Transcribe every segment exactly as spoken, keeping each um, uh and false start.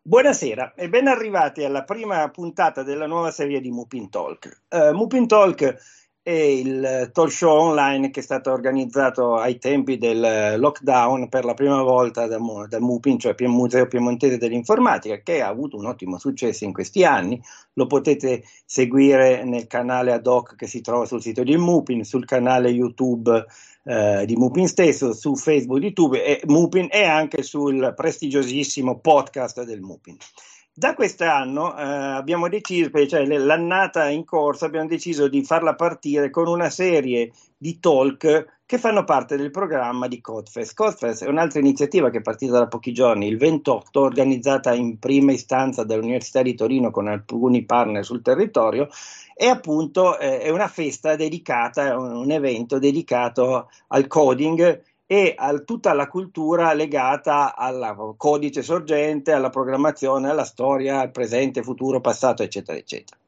Buonasera e ben arrivati alla prima puntata della nuova serie di Mupin Talk. Uh, Mupin Talk è il talk show online che è stato organizzato ai tempi del lockdown per la prima volta da, da Mupin, cioè Museo Piemontese dell'Informatica, che ha avuto un ottimo successo in questi anni. Lo potete seguire nel canale ad hoc che si trova sul sito di Mupin, sul canale YouTube Uh, di Mupin stesso, su Facebook di YouTube e Mupin e anche sul prestigiosissimo podcast del Mupin. Da quest'anno uh, abbiamo deciso, cioè l'annata in corso, abbiamo deciso di farla partire con una serie di talk che fanno parte del programma di Codfest. Codfest è un'altra iniziativa che è partita da pochi giorni, il ventotto, organizzata in prima istanza dall'Università di Torino con alcuni partner sul territorio. E appunto eh, è una festa dedicata, un evento dedicato al coding e a tutta la cultura legata al codice sorgente, alla programmazione, alla storia, al presente, futuro, passato, eccetera, eccetera.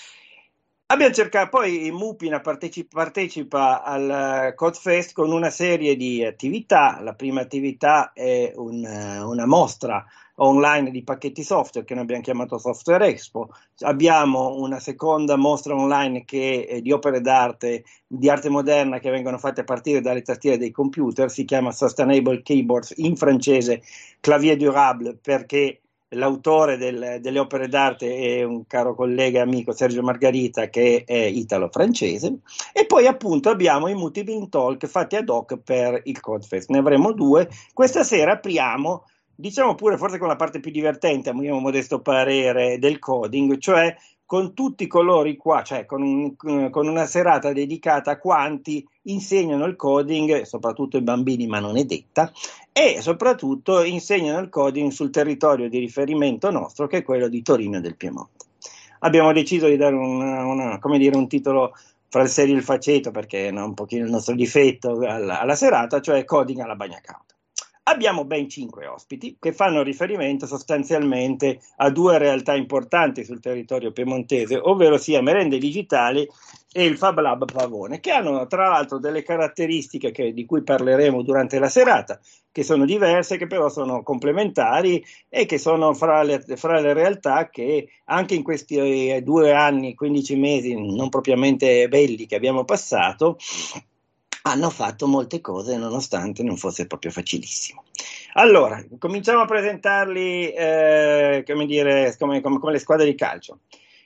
Abbiamo cercato, poi Mupin partecipa, partecipa al Codfest con una serie di attività. La prima attività è un, una mostra online di pacchetti software che noi abbiamo chiamato Software Expo. Abbiamo una seconda mostra online che è di opere d'arte, di arte moderna che vengono fatte a partire dalle tastiere dei computer, si chiama Sustainable Keyboards, in francese Clavier Durable, perché l'autore del, delle opere d'arte è un caro collega e amico, Sergio Margarita, che è italo-francese. E poi appunto abbiamo i Mupin Talk fatti ad hoc per il Codfest. Ne avremo due. Questa sera apriamo, diciamo pure forse con la parte più divertente, a mio modesto parere, del coding, cioè con tutti coloro i qua, cioè con, un, con una serata dedicata a quanti insegnano il coding, soprattutto i bambini, ma non è detta, e soprattutto insegnano il coding sul territorio di riferimento nostro, che è quello di Torino e del Piemonte. Abbiamo deciso di dare una, una, come dire, un titolo fra il serio e il faceto, perché è un pochino il nostro difetto alla, alla serata, cioè coding alla bagna cauda. Abbiamo ben cinque ospiti che fanno riferimento sostanzialmente a due realtà importanti sul territorio piemontese, ovvero sia Merende Digitali e il Fab Lab Pavone, che hanno tra l'altro delle caratteristiche che, di cui parleremo durante la serata, che sono diverse, che però sono complementari e che sono fra le, fra le realtà che anche in questi due anni, quindici mesi non propriamente belli che abbiamo passato, hanno fatto molte cose nonostante non fosse proprio facilissimo. Allora, cominciamo a presentarli eh, come dire, come, come, come le squadre di calcio.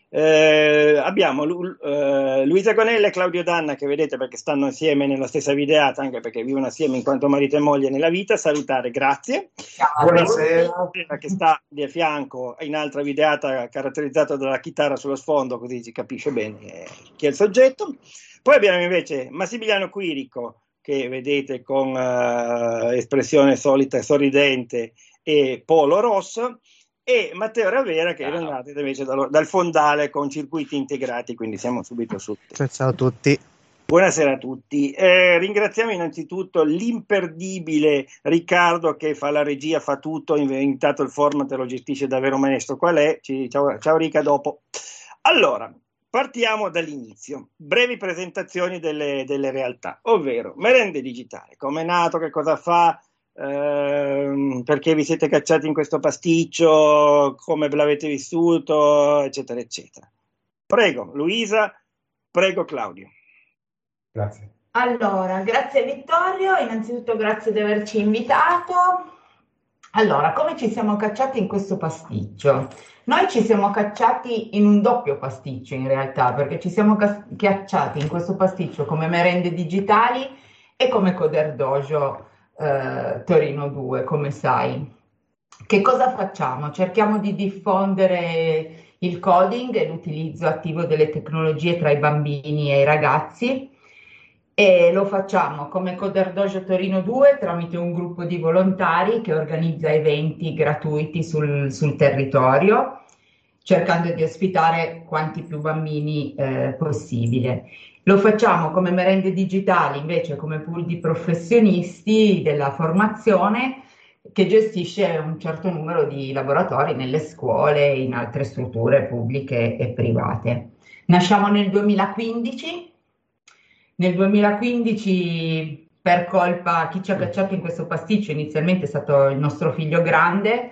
Eh, abbiamo Lu, eh, Luisa Gonella e Claudio Danna, che vedete perché stanno insieme nella stessa videata, anche perché vivono assieme in quanto marito e moglie nella vita. Salutare, grazie. Ciao, buonasera. Che sta di fianco in altra videata caratterizzata dalla chitarra sullo sfondo, così si capisce bene chi è il soggetto. Poi abbiamo invece Massimiliano Quirico, che vedete con uh, espressione solita e sorridente, e polo rosso, e Matteo Ravera, che è arrivato invece dal, dal fondale con circuiti integrati, quindi siamo subito su. Ciao a tutti. Buonasera a tutti. Eh, ringraziamo innanzitutto l'imperdibile Riccardo che fa la regia, fa tutto, ha inventato il format e lo gestisce davvero maestro. Qual è? Ci, ciao, ciao Rica, dopo. Allora, partiamo dall'inizio. Brevi presentazioni delle, delle realtà, ovvero Merende Digitale, come è nato, che cosa fa, ehm, perché vi siete cacciati in questo pasticcio, come ve l'avete vissuto, eccetera, eccetera. Prego, Luisa, prego Claudio. Grazie. Allora, grazie Vittorio, innanzitutto grazie di averci invitato. Allora, come ci siamo cacciati in questo pasticcio? Noi ci siamo cacciati in un doppio pasticcio in realtà, perché ci siamo cacciati in questo pasticcio come Merende Digitali e come Coder Dojo eh, Torino due, come sai. Che cosa facciamo? Cerchiamo di diffondere il coding e l'utilizzo attivo delle tecnologie tra i bambini e i ragazzi. E lo facciamo come Coder Dojo Torino due tramite un gruppo di volontari che organizza eventi gratuiti sul, sul territorio, cercando di ospitare quanti più bambini eh, possibile. Lo facciamo come Merende Digitali invece come pool di professionisti della formazione che gestisce un certo numero di laboratori nelle scuole e in altre strutture pubbliche e private. Nasciamo nel duemilaquindici. Nel duemilaquindici, per colpa chi ci ha cacciato in questo pasticcio, inizialmente è stato il nostro figlio grande,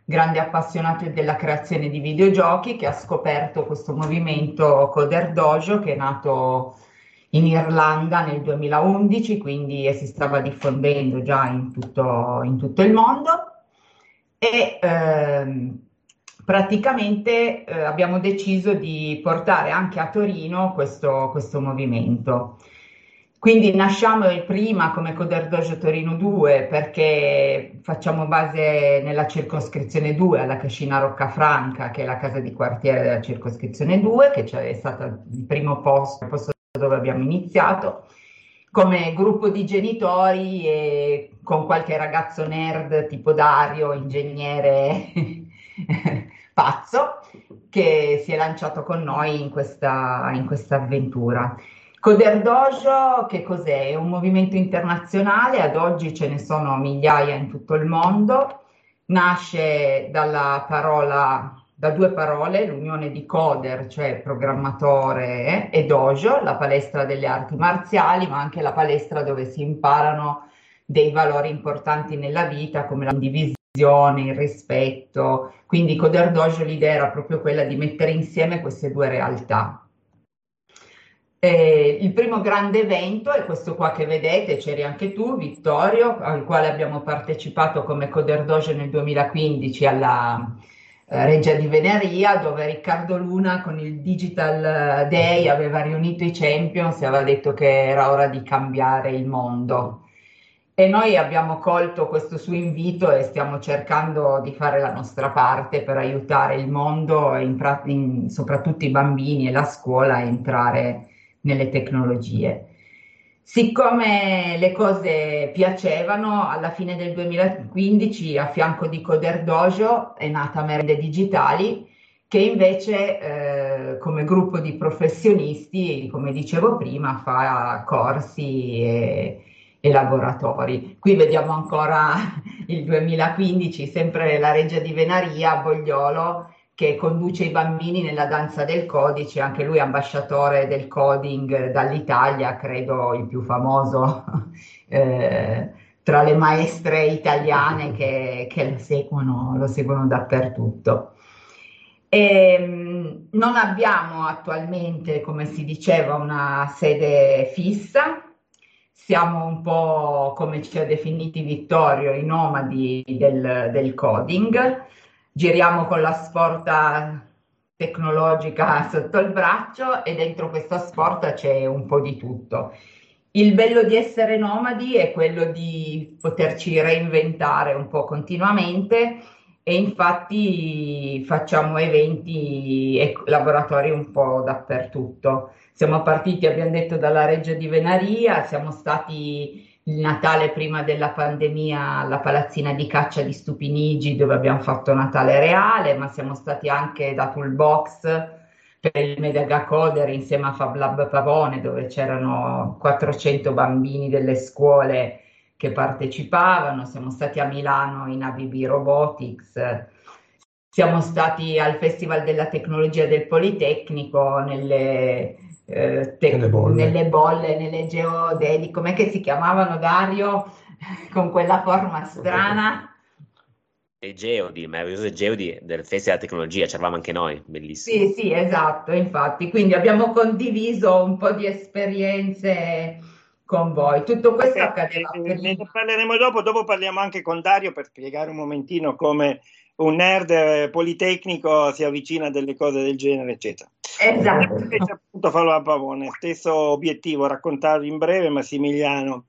grande appassionato della creazione di videogiochi, che ha scoperto questo movimento Coder Dojo, che è nato in Irlanda nel duemilaundici, quindi si stava diffondendo già in tutto, in tutto il mondo. E ehm, praticamente eh, abbiamo deciso di portare anche a Torino questo, questo movimento. Quindi nasciamo prima come Coder Dojo Torino due, perché facciamo base nella circoscrizione due, alla Cascina Roccafranca, che è la casa di quartiere della circoscrizione due, che è stata il primo posto, il posto dove abbiamo iniziato, come gruppo di genitori e con qualche ragazzo nerd tipo Dario, ingegnere pazzo, che si è lanciato con noi in questa, in questa avventura. Coder Dojo, che cos'è? È un movimento internazionale, ad oggi ce ne sono migliaia in tutto il mondo, nasce dalla parola, da due parole, l'unione di coder, cioè programmatore, e dojo, la palestra delle arti marziali, ma anche la palestra dove si imparano dei valori importanti nella vita, come la condivisione, il rispetto. Quindi Coder Dojo, l'idea era proprio quella di mettere insieme queste due realtà. Eh, il primo grande evento è questo qua che vedete, c'eri anche tu, Vittorio, al quale abbiamo partecipato come Coder Dojo nel duemilaquindici alla eh, Reggia di Venaria, dove Riccardo Luna con il Digital Day aveva riunito i Champions e aveva detto che era ora di cambiare il mondo. E noi abbiamo colto questo suo invito e stiamo cercando di fare la nostra parte per aiutare il mondo, in, in, soprattutto i bambini e la scuola, a entrare nelle tecnologie. Siccome le cose piacevano, alla fine del duemilaquindici a fianco di Coder Dojo è nata Merende Digitali, che invece eh, come gruppo di professionisti, come dicevo prima, fa corsi e, e laboratori. Qui vediamo ancora il duemilaquindici, sempre la Reggia di Venaria, Bogliolo, che conduce i bambini nella danza del codice, anche lui ambasciatore del coding dall'Italia, credo il più famoso eh, tra le maestre italiane che, che lo seguono, lo seguono dappertutto. E, non abbiamo attualmente, come si diceva, una sede fissa, siamo un po', come ci ha definiti Vittorio, i nomadi del, del coding. Giriamo con la sporta tecnologica sotto il braccio e dentro questa sporta c'è un po' di tutto. Il bello di essere nomadi è quello di poterci reinventare un po' continuamente e infatti facciamo eventi e laboratori un po' dappertutto. Siamo partiti, abbiamo detto, dalla Reggia di Venaria, siamo stati il Natale prima della pandemia alla palazzina di caccia di Stupinigi, dove abbiamo fatto Natale reale, ma siamo stati anche da Toolbox per il Mega Coder insieme a Fab Lab Pavone, dove c'erano quattrocento bambini delle scuole che partecipavano. Siamo stati a Milano in A B B Robotics, siamo stati al Festival della Tecnologia del Politecnico, nelle Eh, te- Nelle bolle. nelle bolle, nelle geodedi, com'è che si chiamavano, Dario? Con quella forma strana. E Geodi, il meraviglioso Geodi del Festival della Tecnologia, c'eravamo anche noi, bellissimo. Sì, sì, esatto, infatti. Quindi abbiamo condiviso un po' di esperienze con voi. Tutto questo Eh, accadeva eh, Ne prima. parleremo dopo, dopo parliamo anche con Dario per spiegare un momentino come un nerd eh, politecnico si avvicina a delle cose del genere, eccetera. Esatto. Invece, appunto, Fallo a Pavone, stesso obiettivo, raccontarvi in breve, Massimiliano,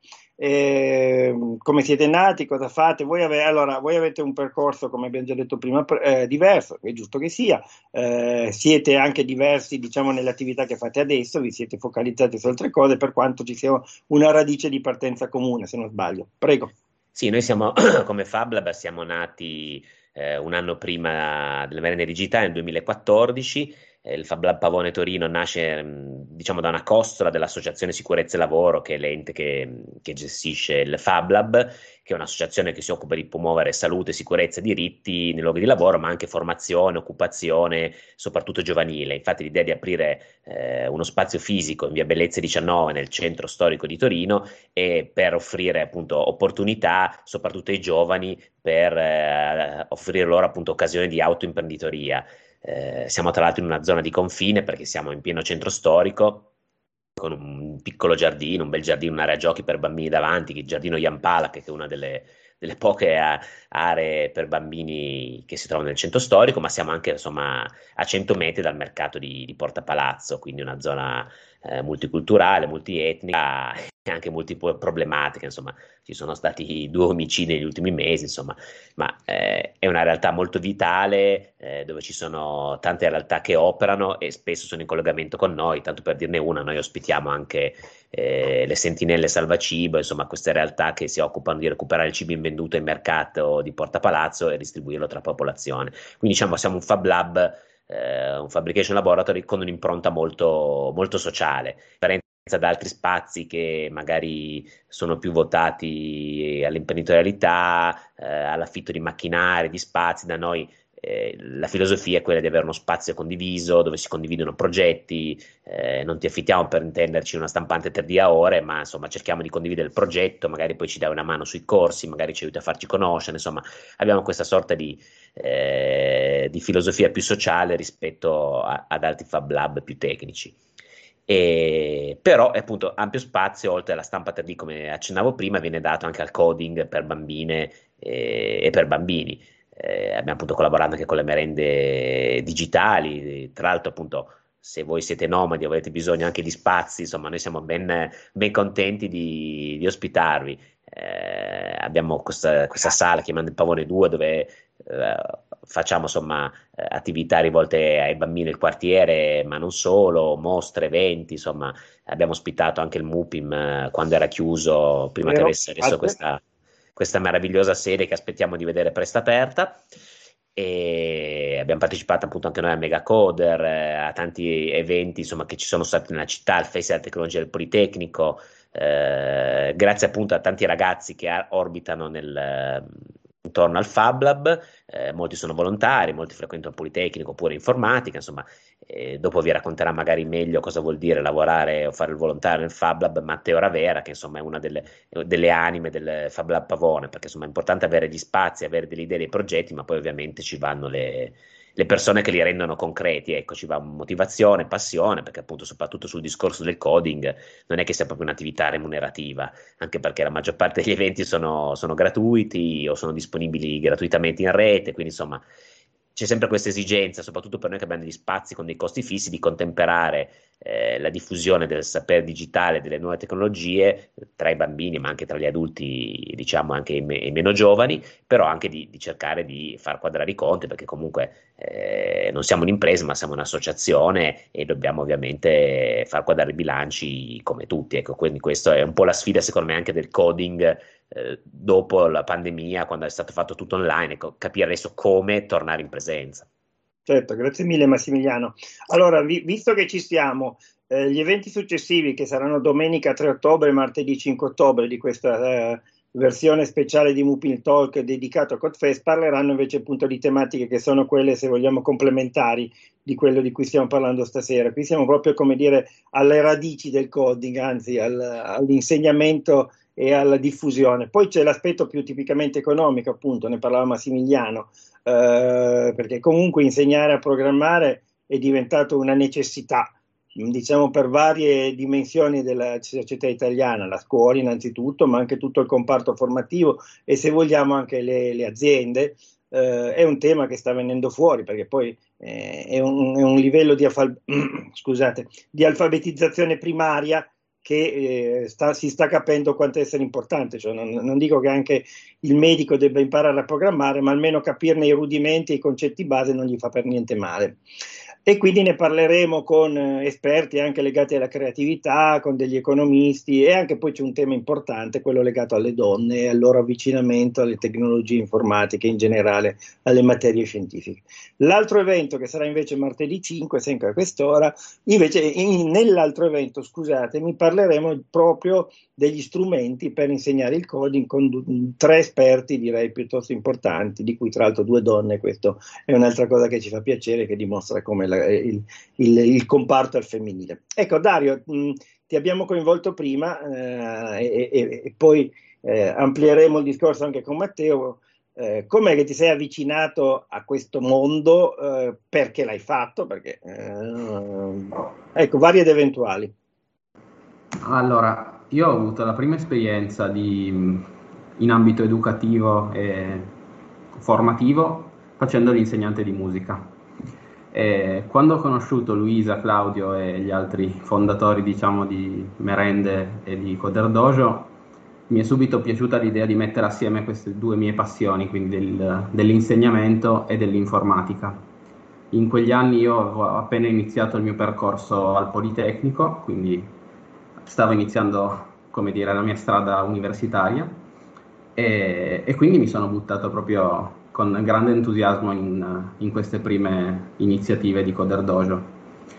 eh, come siete nati, cosa fate. Voi, ave- allora, voi avete un percorso, come abbiamo già detto prima, eh, diverso, è giusto che sia, eh, siete anche diversi, diciamo, nelle attività che fate adesso, vi siete focalizzati su altre cose, per quanto ci sia una radice di partenza comune, se non sbaglio. Prego. Sì, noi siamo come FabLab, siamo nati eh, un anno prima delle merende digitali, nel duemilaquattordici. Eh, il FabLab Pavone Torino nasce mh, diciamo da una costola dell'Associazione Sicurezza e Lavoro, che è l'ente che, che gestisce il FabLab, che è un'associazione che si occupa di promuovere salute, sicurezza e diritti nei luoghi di lavoro, ma anche formazione, occupazione, soprattutto giovanile. Infatti l'idea di aprire eh, uno spazio fisico in via Bellezze diciannove nel centro storico di Torino, e per offrire appunto opportunità soprattutto ai giovani, per eh, offrire loro appunto occasioni di autoimprenditoria. Eh, siamo tra l'altro in una zona di confine perché siamo in pieno centro storico, con un piccolo giardino, un bel giardino, un'area giochi per bambini davanti, il giardino Jan Palach, che è una delle, delle poche a, aree per bambini che si trovano nel centro storico, ma siamo anche insomma a cento metri dal mercato di, di Porta Palazzo, quindi una zona eh, multiculturale, multietnica e anche multiproblematica. Insomma, ci sono stati due omicidi negli ultimi mesi, insomma, ma eh, è una realtà molto vitale, eh, dove ci sono tante realtà che operano e spesso sono in collegamento con noi. Tanto per dirne una, noi ospitiamo anche eh, le Sentinelle Salvacibo, insomma queste realtà che si occupano di recuperare il cibo invenduto in mercato di Porta Palazzo e distribuirlo tra la popolazione. Quindi diciamo siamo un Fab Lab, eh, un Fabrication Laboratory con un'impronta molto, molto sociale, da altri spazi che magari sono più votati all'imprenditorialità, eh, all'affitto di macchinari, di spazi. Da noi eh, la filosofia è quella di avere uno spazio condiviso dove si condividono progetti, eh, non ti affittiamo, per intenderci, una stampante tre D a ore, ma insomma cerchiamo di condividere il progetto, magari poi ci dai una mano sui corsi, magari ci aiuti a farci conoscere, insomma abbiamo questa sorta di, eh, di filosofia più sociale rispetto a, ad altri Fab Lab più tecnici. E, però è appunto ampio spazio, oltre alla stampa tre D come accennavo prima, viene dato anche al coding per bambine e, e per bambini. Eh, abbiamo appunto collaborato anche con le merende digitali, tra l'altro appunto se voi siete nomadi o avete bisogno anche di spazi, insomma noi siamo ben, ben contenti di, di ospitarvi. Eh, abbiamo questa, questa sala chiamata il Pavone due, dove eh, facciamo insomma eh, attività rivolte ai bambini del quartiere, ma non solo, mostre, eventi, insomma abbiamo ospitato anche il Mupim eh, quando era chiuso, prima Vero, che avesse adesso questa, questa meravigliosa sede che aspettiamo di vedere presto aperta. E abbiamo partecipato appunto anche noi a Megacoder, eh, a tanti eventi insomma che ci sono stati nella città, al Festival della Tecnologia del Politecnico, eh, grazie appunto a tanti ragazzi che a- orbitano nel, intorno al Fab Lab. Eh, molti sono volontari, molti frequentano il Politecnico oppure informatica, insomma eh, dopo vi racconterà magari meglio cosa vuol dire lavorare o fare il volontario nel Fab Lab Matteo Ravera, che insomma è una delle, delle anime del Fab Lab Pavone, perché insomma è importante avere gli spazi, avere delle idee, dei progetti, ma poi ovviamente ci vanno le, le persone che li rendono concreti, ecco, ci va motivazione, passione, perché appunto soprattutto sul discorso del coding non è che sia proprio un'attività remunerativa, anche perché la maggior parte degli eventi sono, sono gratuiti o sono disponibili gratuitamente in rete, quindi insomma c'è sempre questa esigenza, soprattutto per noi che abbiamo degli spazi con dei costi fissi, di contemperare eh, la diffusione del sapere digitale, delle nuove tecnologie tra i bambini, ma anche tra gli adulti, diciamo anche i, me- i meno giovani, però anche di, di cercare di far quadrare i conti, perché comunque eh, non siamo un'impresa, ma siamo un'associazione e dobbiamo ovviamente far quadrare i bilanci come tutti. Ecco, quindi questa è un po' la sfida, secondo me, anche del coding eh, dopo la pandemia, quando è stato fatto tutto online, ecco, capire adesso come tornare in presenza. Certo, grazie mille Massimiliano. Allora, vi- visto che ci siamo, eh, gli eventi successivi che saranno domenica tre ottobre e martedì cinque ottobre di questa eh, versione speciale di Mupin Talk dedicato a Codefest parleranno invece appunto di tematiche che sono quelle, se vogliamo, complementari di quello di cui stiamo parlando stasera. Qui siamo proprio, come dire, alle radici del coding, anzi al- all'insegnamento e alla diffusione. Poi c'è l'aspetto più tipicamente economico, appunto, ne parlava Massimiliano, eh, perché comunque insegnare a programmare è diventato una necessità, diciamo, per varie dimensioni della società italiana, la scuola innanzitutto, ma anche tutto il comparto formativo e, se vogliamo, anche le, le aziende. Eh, è un tema che sta venendo fuori perché poi eh, è, un, è un livello di, alfal- scusate, di alfabetizzazione primaria che eh, sta, si sta capendo quanto essere importante. Cioè, non, non dico che anche il medico debba imparare a programmare, ma almeno capirne i rudimenti e i concetti base non gli fa per niente male. E quindi ne parleremo con eh, esperti anche legati alla creatività, con degli economisti, e anche poi c'è un tema importante, quello legato alle donne e al loro avvicinamento alle tecnologie informatiche, in generale alle materie scientifiche. L'altro evento, che sarà invece martedì cinque, sempre a quest'ora, invece in, nell'altro evento, scusate, mi parleremo proprio degli strumenti per insegnare il coding con tre esperti, direi piuttosto importanti, di cui tra l'altro due donne. Questo è un'altra cosa che ci fa piacere, che dimostra come la, il, il, il comparto al femminile. Ecco, Dario, mh, ti abbiamo coinvolto prima eh, e, e, e poi eh, amplieremo il discorso anche con Matteo. Eh, com'è che ti sei avvicinato a questo mondo? Eh, perché l'hai fatto? Perché, eh, ecco, vari ed eventuali. Allora, io ho avuto la prima esperienza di, in ambito educativo e formativo facendo l'insegnante di musica. E quando ho conosciuto Luisa, Claudio e gli altri fondatori, diciamo, di Merende e di Coder Dojo, mi è subito piaciuta l'idea di mettere assieme queste due mie passioni, quindi del, dell'insegnamento e dell'informatica. In quegli anni io avevo appena iniziato il mio percorso al Politecnico, quindi stavo iniziando, come dire, la mia strada universitaria e, e quindi mi sono buttato proprio con grande entusiasmo in, in queste prime iniziative di Coder Dojo.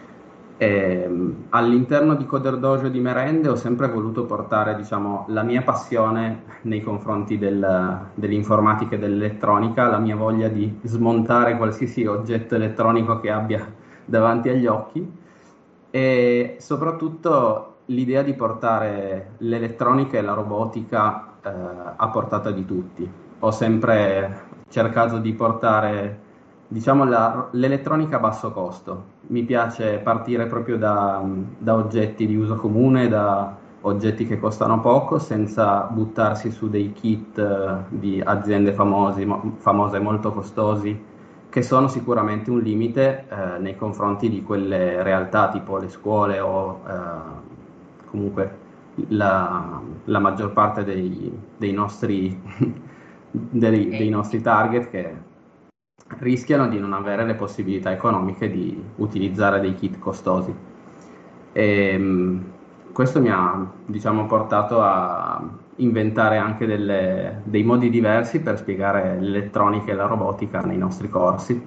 E, all'interno di Coder Dojo di Merende ho sempre voluto portare, diciamo, la mia passione nei confronti del, dell'informatica e dell'elettronica, la mia voglia di smontare qualsiasi oggetto elettronico che abbia davanti agli occhi e soprattutto l'idea di portare l'elettronica e la robotica eh, a portata di tutti. Ho sempre cercato di portare, diciamo, la, l'elettronica a basso costo. Mi piace partire proprio da, da oggetti di uso comune, da oggetti che costano poco, senza buttarsi su dei kit eh, di aziende famosi, mo, famose molto costosi, che sono sicuramente un limite eh, nei confronti di quelle realtà tipo le scuole o eh, comunque la, la maggior parte dei, dei, nostri, dei, dei nostri target che rischiano di non avere le possibilità economiche di utilizzare dei kit costosi. E, questo mi ha, diciamo, portato a inventare anche delle, dei modi diversi per spiegare l'elettronica e la robotica nei nostri corsi.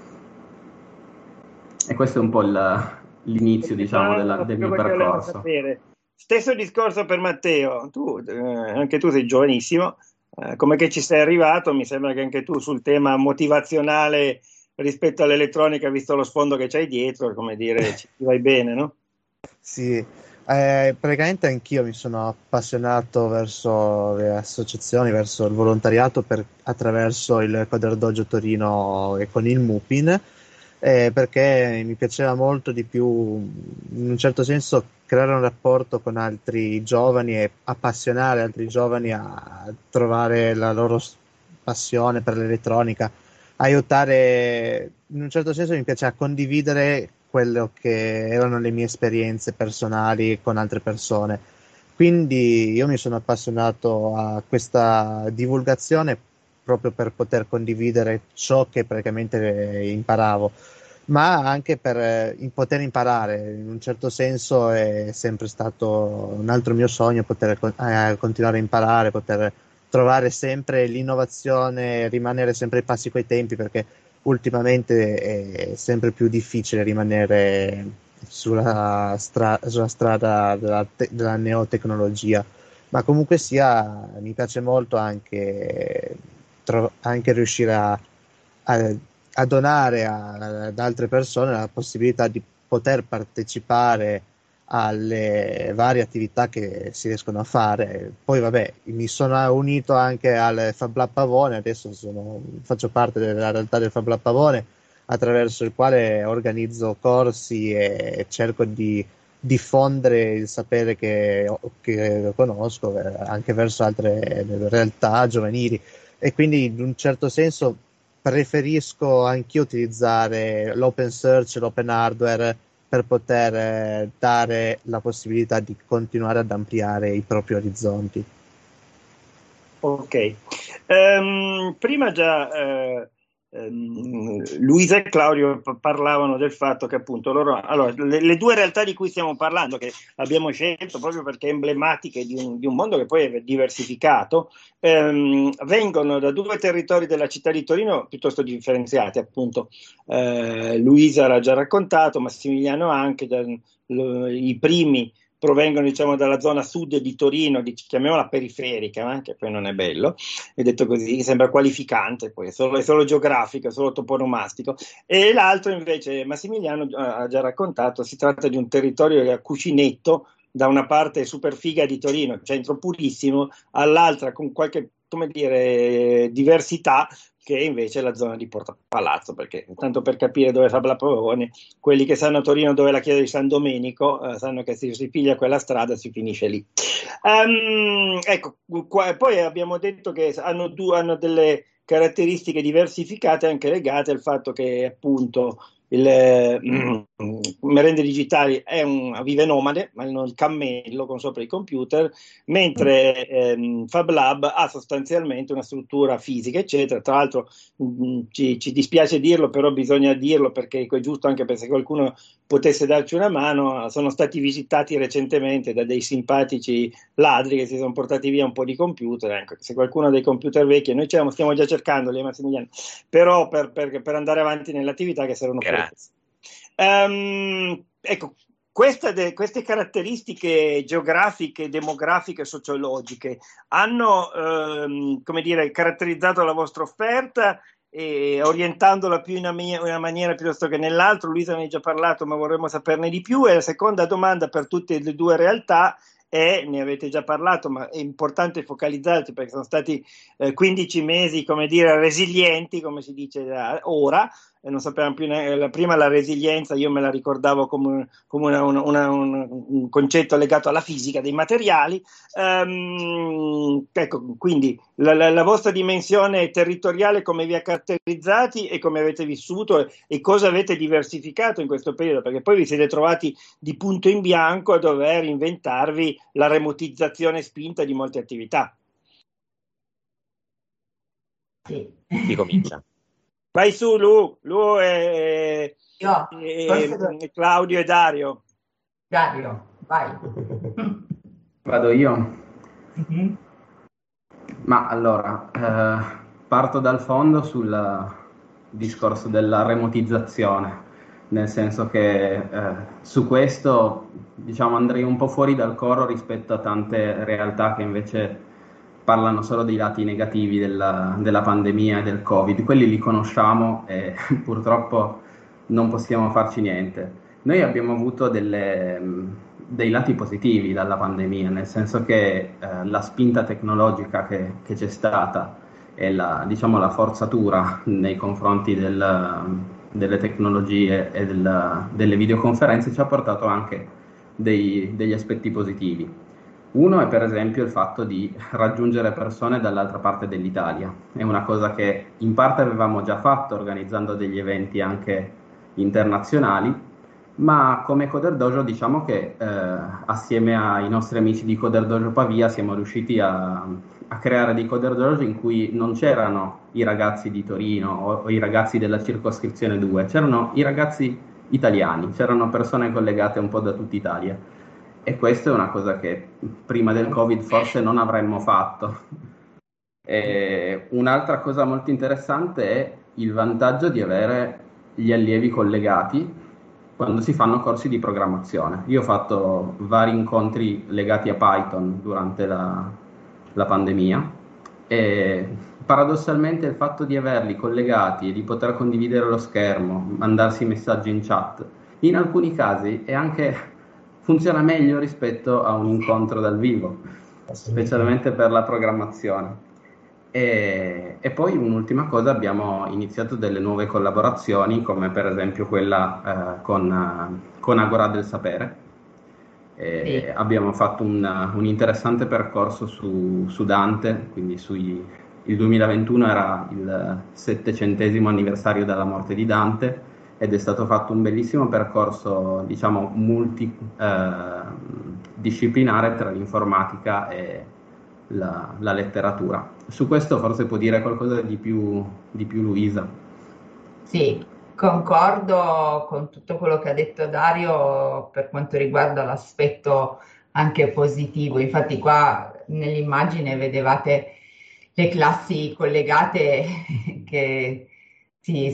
E questo è un po' il, l'inizio, diciamo, della, del mio percorso. Stesso discorso per Matteo, tu, eh, anche tu sei giovanissimo, eh, come che ci sei arrivato? Mi sembra che anche tu sul tema motivazionale rispetto all'elettronica, visto lo sfondo che c'hai dietro, come dire, ci vai bene, no? Sì, eh, praticamente anch'io mi sono appassionato verso le associazioni, verso il volontariato per, attraverso il Coder Dojo Torino e con il Mupin, eh, perché mi piaceva molto di più, in un certo senso, creare un rapporto con altri giovani e appassionare altri giovani a trovare la loro passione per l'elettronica, aiutare, in un certo senso mi piaceva condividere quello che erano le mie esperienze personali con altre persone. Quindi io mi sono appassionato a questa divulgazione proprio per poter condividere ciò che praticamente imparavo, ma anche per poter imparare. In un certo senso è sempre stato un altro mio sogno poter eh, continuare a imparare, poter trovare sempre l'innovazione, rimanere sempre ai passi coi tempi, perché ultimamente è sempre più difficile rimanere sulla, stra- sulla strada della, te- della neotecnologia, ma comunque sia mi piace molto anche, tro- anche riuscire a, a, a donare a, ad altre persone la possibilità di poter partecipare alle varie attività che si riescono a fare. Poi vabbè, mi sono unito anche al Fab Lab Pavone, adesso sono, faccio parte della realtà del Fab Lab Pavone, attraverso il quale organizzo corsi e cerco di diffondere il sapere che, che conosco anche verso altre realtà giovanili, e quindi in un certo senso preferisco anch'io utilizzare l'open search, l'open hardware per poter eh, dare la possibilità di continuare ad ampliare i propri orizzonti. Ok, um, prima già eh, um, Luisa e Claudio p- parlavano del fatto che appunto loro, allora, le, le due realtà di cui stiamo parlando, che abbiamo scelto proprio perché emblematiche di un, di un mondo che poi è diversificato, ehm, vengono da due territori della città di Torino piuttosto differenziati, appunto. Eh, Luisa l'ha già raccontato, Massimiliano anche, da, lo, i primi provengono diciamo dalla zona sud di Torino, di, chiamiamola periferica, eh, che poi non è bello, è detto così, sembra qualificante, poi è solo, è solo geografico, è solo toponomastico, e l'altro invece Massimiliano ha già raccontato, si tratta di un territorio a cuscinetto, da una parte super figa di Torino, centro purissimo, all'altra con qualche, come dire, diversità, che è invece la zona di Porta Palazzo, perché tanto per capire dove fa Fab Pavone, quelli che sanno a Torino dove è la chiesa di San Domenico, eh, sanno che se si piglia quella strada si finisce lì. Um, ecco, qua, poi abbiamo detto che hanno, due, hanno delle caratteristiche diversificate anche legate al fatto che appunto il mm, merende digitali è un vive nomade, ma non il cammello con sopra i computer, mentre ehm, Fab Lab ha sostanzialmente una struttura fisica, eccetera. Tra l'altro mh, ci, ci dispiace dirlo, però bisogna dirlo perché è giusto anche per se qualcuno potesse darci una mano. Sono stati visitati recentemente da dei simpatici ladri che si sono portati via un po' di computer. Ecco, se qualcuno ha dei computer vecchi, noi stiamo già cercandoli, Massimiliano, però per, per, per andare avanti nell'attività che saranno fuori. Um, ecco, de, queste caratteristiche geografiche, demografiche, sociologiche hanno ehm, come dire, caratterizzato la vostra offerta, e orientandola più in una, una maniera piuttosto che nell'altra. Luisa ne ha già parlato, ma vorremmo saperne di più. E la seconda domanda per tutte le due realtà è, ne avete già parlato, ma è importante focalizzarci perché sono stati eh, quindici mesi, come dire, resilienti, come si dice da ora. Non sapevamo più ne- la prima la resilienza, io me la ricordavo come, come una, una, una, un, un concetto legato alla fisica dei materiali. Um, ecco, quindi la, la, la vostra dimensione territoriale, come vi ha caratterizzati e come avete vissuto e, e cosa avete diversificato in questo periodo, perché poi vi siete trovati di punto in bianco a dover inventarvi la remotizzazione spinta di molte attività. Sì. Chi comincia? Vai su, Lu, Lu e, Io, e, e Claudio e Dario. Dario, vai. Vado io. Mm-hmm. Ma allora, eh, parto dal fondo sul discorso della remotizzazione, nel senso che eh, su questo, diciamo, andrei un po' fuori dal coro rispetto a tante realtà che invece parlano solo dei lati negativi della, della pandemia e del Covid. Quelli li conosciamo e purtroppo non possiamo farci niente. Noi abbiamo avuto delle, dei lati positivi dalla pandemia, nel senso che eh, la spinta tecnologica che, che c'è stata e la, diciamo, la forzatura nei confronti del, delle tecnologie e del, delle videoconferenze ci ha portato anche dei, degli aspetti positivi. Uno è per esempio il fatto di raggiungere persone dall'altra parte dell'Italia. È una cosa che in parte avevamo già fatto organizzando degli eventi anche internazionali, ma come Coder Dojo diciamo che eh, assieme ai nostri amici di Coder Dojo Pavia siamo riusciti a, a creare dei Coder Dojo in cui non c'erano i ragazzi di Torino o, o i ragazzi della circoscrizione due, c'erano i ragazzi italiani, c'erano persone collegate un po' da tutta Italia. E questa è una cosa che prima del Covid forse non avremmo fatto. E un'altra cosa molto interessante è il vantaggio di avere gli allievi collegati quando si fanno corsi di programmazione. Io ho fatto vari incontri legati a Python durante la, la pandemia e paradossalmente il fatto di averli collegati e di poter condividere lo schermo, mandarsi messaggi in chat, in alcuni casi è anche... funziona meglio rispetto a un incontro dal vivo, specialmente per la programmazione. E, e poi un'ultima cosa, abbiamo iniziato delle nuove collaborazioni, come per esempio quella eh, con, uh, con Agora del Sapere. E sì. Abbiamo fatto un, un interessante percorso su, su Dante, quindi sui, il duemilaventuno era il settecentesimo anniversario della morte di Dante, ed è stato fatto un bellissimo percorso, diciamo, multidisciplinare eh, tra l'informatica e la, la letteratura. Su questo forse può dire qualcosa di più, di più Luisa. Sì, concordo con tutto quello che ha detto Dario per quanto riguarda l'aspetto anche positivo. Infatti qua nell'immagine vedevate le classi collegate che si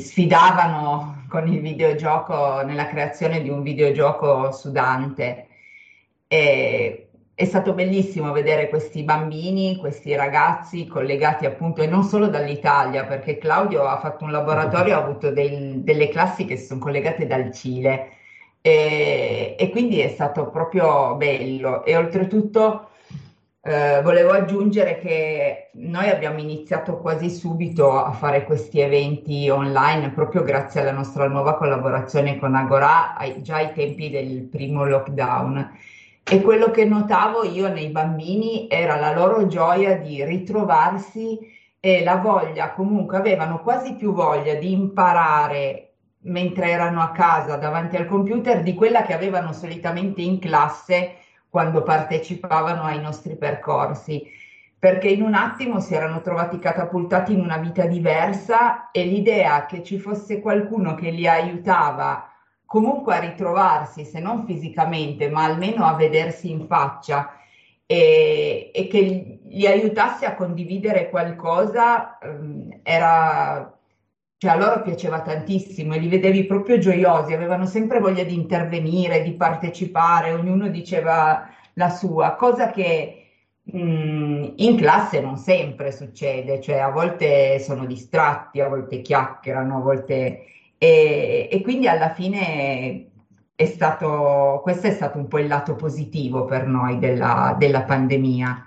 sfidavano con il videogioco nella creazione di un videogioco su Dante. E è stato bellissimo vedere questi bambini, questi ragazzi collegati appunto, e non solo dall'Italia, perché Claudio ha fatto un laboratorio, ha avuto dei- delle classi che si sono collegate dal Cile. E, e quindi è stato proprio bello. E oltretutto eh, volevo aggiungere che noi abbiamo iniziato quasi subito a fare questi eventi online proprio grazie alla nostra nuova collaborazione con Agora, ai- già ai tempi del primo lockdown. E quello che notavo io nei bambini era la loro gioia di ritrovarsi e la voglia, comunque avevano quasi più voglia di imparare mentre erano a casa davanti al computer di quella che avevano solitamente in classe quando partecipavano ai nostri percorsi, perché in un attimo si erano trovati catapultati in una vita diversa e l'idea che ci fosse qualcuno che li aiutava comunque a ritrovarsi, se non fisicamente, ma almeno a vedersi in faccia e, e che li aiutasse a condividere qualcosa, ehm, era, cioè a loro piaceva tantissimo e li vedevi proprio gioiosi, avevano sempre voglia di intervenire, di partecipare, ognuno diceva la sua, cosa che mh, in classe non sempre succede, cioè a volte sono distratti, a volte chiacchierano, a volte... E, e quindi alla fine è stato, questo è stato un po' il lato positivo per noi della, della pandemia.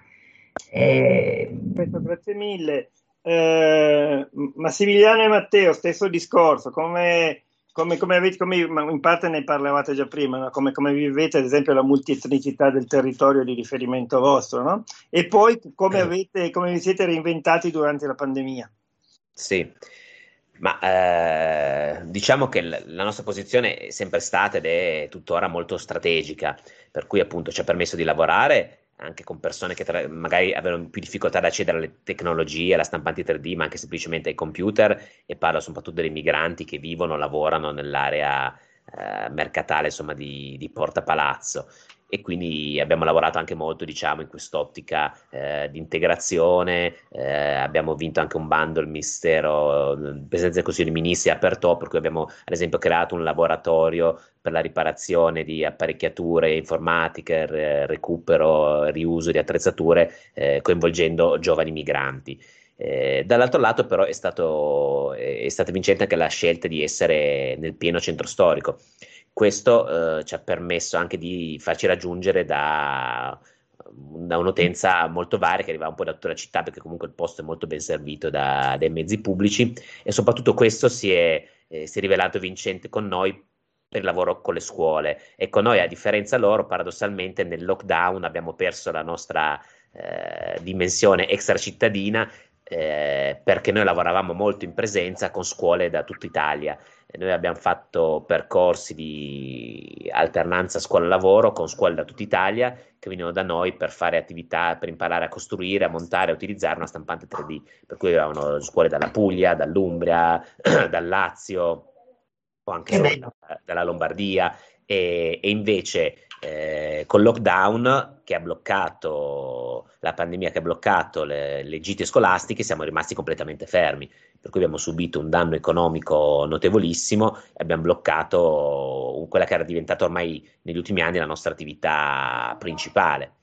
Eh, Perfetto, grazie mille. Eh, Massimiliano e Matteo, stesso discorso, come, come, come avete, come in parte ne parlavate già prima, no? Come, come vivete ad esempio la multietnicità del territorio di riferimento vostro, no? E poi come, avete, come vi siete reinventati durante la pandemia? Sì, ma eh, diciamo che l- la nostra posizione è sempre stata ed è tuttora molto strategica, per cui appunto ci ha permesso di lavorare anche con persone che tra- magari avevano più difficoltà ad accedere alle tecnologie, alla stampante tre D, ma anche semplicemente ai computer, e parlo soprattutto dei migranti che vivono, lavorano nell'area eh, mercatale, insomma, di, di Porta Palazzo. E quindi abbiamo lavorato anche molto, diciamo, in quest'ottica eh, di integrazione. Eh, abbiamo vinto anche un bando, il Ministero, il Presidente del Consiglio dei Ministri aperto, per cui abbiamo ad esempio creato un laboratorio per la riparazione di apparecchiature informatiche, re- recupero, riuso di attrezzature, eh, coinvolgendo giovani migranti. Eh, dall'altro lato però è stato, è stata vincente anche la scelta di essere nel pieno centro storico. Questo eh, ci ha permesso anche di farci raggiungere da, da un'utenza molto varia che arriva un po' da tutta la città, perché comunque il posto è molto ben servito da, dai mezzi pubblici, e soprattutto questo si è, eh, si è rivelato vincente con noi per il lavoro con le scuole. E con noi, a differenza loro, paradossalmente nel lockdown abbiamo perso la nostra eh, dimensione extracittadina, eh, perché noi lavoravamo molto in presenza con scuole da tutta Italia. E noi abbiamo fatto percorsi di alternanza scuola-lavoro con scuole da tutta Italia che venivano da noi per fare attività, per imparare a costruire, a montare, a utilizzare una stampante tre D. Per cui avevano scuole dalla Puglia, dall'Umbria, dal Lazio o anche che solo bello. da- dalla Lombardia. E, e invece eh, col lockdown che ha bloccato, la pandemia che ha bloccato le, le gite scolastiche, siamo rimasti completamente fermi, per cui abbiamo subito un danno economico notevolissimo e abbiamo bloccato quella che era diventata ormai negli ultimi anni la nostra attività principale.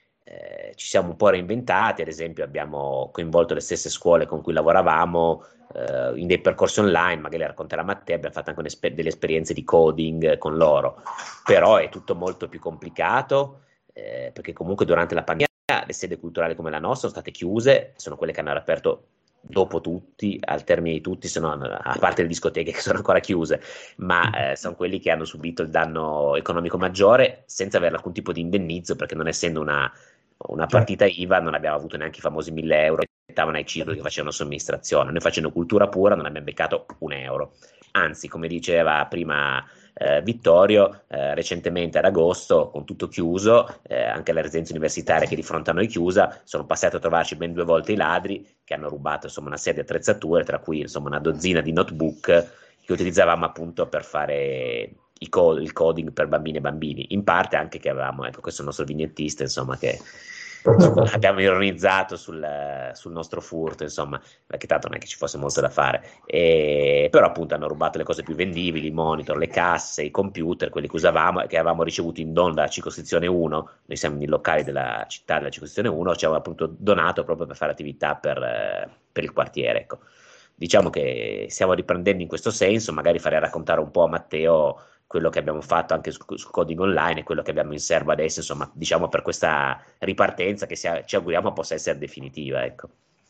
Eh, ci siamo un po' reinventati, ad esempio abbiamo coinvolto le stesse scuole con cui lavoravamo eh, in dei percorsi online, magari racconterà Matteo, abbiamo fatto anche un'esper- delle esperienze di coding con loro, però è tutto molto più complicato, eh, perché comunque durante la pandemia le sedi culturali come la nostra sono state chiuse, sono quelle che hanno riaperto dopo tutti, al termine di tutti, se no, a parte le discoteche che sono ancora chiuse, ma eh, sono quelli che hanno subito il danno economico maggiore senza avere alcun tipo di indennizzo, perché non essendo una, una partita I V A non abbiamo avuto neanche i famosi mille euro che mettavano ai circoli che facevano somministrazione. Noi facendo cultura pura non abbiamo beccato un euro. Anzi, come diceva prima eh, Vittorio, eh, recentemente ad agosto, con tutto chiuso, eh, anche la residenza universitaria che di fronte a noi chiusa, sono passati a trovarci ben due volte i ladri che hanno rubato insomma una serie di attrezzature, tra cui insomma una dozzina di notebook che utilizzavamo appunto per fare i co- il coding per bambine e bambini, in parte anche che avevamo, ecco, questo è il nostro vignettista, insomma, che abbiamo ironizzato sul, sul nostro furto, insomma, perché tanto non è che ci fosse molto da fare. E, però appunto hanno rubato le cose più vendibili, i monitor, le casse, i computer, quelli che usavamo e che avevamo ricevuto in dono dalla circoscrizione uno. Noi siamo nei locali della città della circoscrizione uno, ci avevano appunto donato proprio per fare attività per, eh, per il quartiere, ecco. Diciamo che stiamo riprendendo in questo senso, magari farei raccontare un po' a Matteo quello che abbiamo fatto anche su, su Coding Online e quello che abbiamo in serbo adesso, insomma, diciamo per questa ripartenza che sia, ci auguriamo possa essere definitiva, ecco.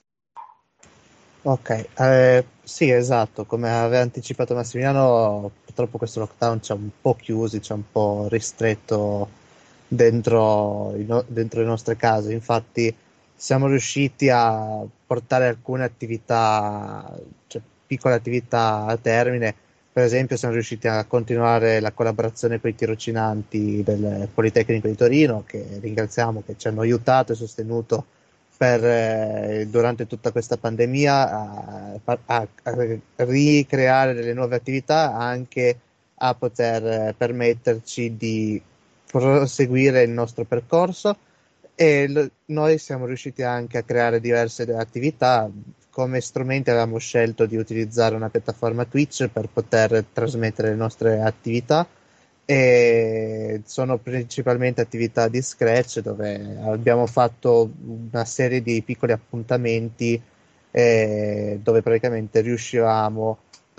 Ok, eh, sì, esatto, come aveva anticipato Massimiliano, purtroppo questo lockdown ci ha un po' chiusi, ci ha un po' ristretto dentro, i no- dentro le nostre case, infatti siamo riusciti a portare alcune attività, cioè piccole attività a termine. Per esempio siamo riusciti a continuare la collaborazione con i tirocinanti del Politecnico di Torino, che ringraziamo, che ci hanno aiutato e sostenuto per, eh, durante tutta questa pandemia a, a- a ricreare delle nuove attività, anche a poter eh, permetterci di proseguire il nostro percorso. E lo- noi siamo riusciti anche a creare diverse attività. Come strumenti avevamo scelto di utilizzare una piattaforma Twitch per poter trasmettere le nostre attività, e sono principalmente attività di Scratch, dove abbiamo fatto una serie di piccoli appuntamenti, eh, dove praticamente riuscivamo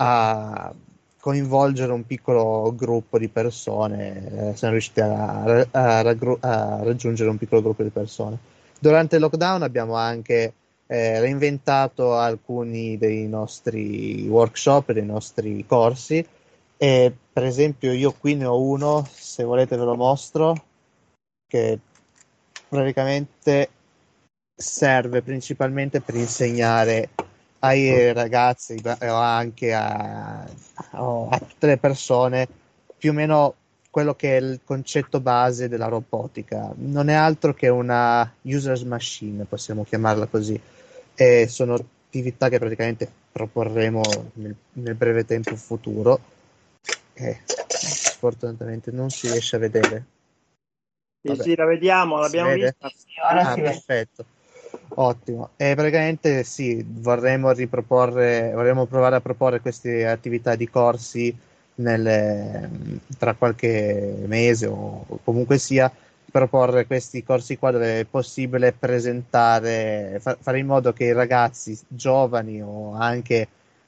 a coinvolgere un piccolo gruppo di persone, eh, siamo riusciti a, a raggru- a raggiungere un piccolo gruppo di persone. Durante il lockdown abbiamo anche eh, reinventato alcuni dei nostri workshop, dei nostri corsi, e per esempio io qui ne ho uno, se volete ve lo mostro, che praticamente serve principalmente per insegnare ai ragazzi o anche a, o a tutte le persone più o meno quello che è il concetto base della robotica. Non è altro che una user's machine, possiamo chiamarla così, e sono attività che praticamente proporremo nel, nel breve tempo futuro. Eh, sfortunatamente non si riesce a vedere. Sì, Vabbè, sì, la vediamo, si l'abbiamo vede? vista. Ora Ah, si vede. perfetto, ottimo. E praticamente sì, vorremmo riproporre, vorremmo provare a proporre queste attività di corsi nelle, tra qualche mese o comunque sia, proporre questi corsi qua dove è possibile presentare, fa- fare in modo che i ragazzi giovani o anche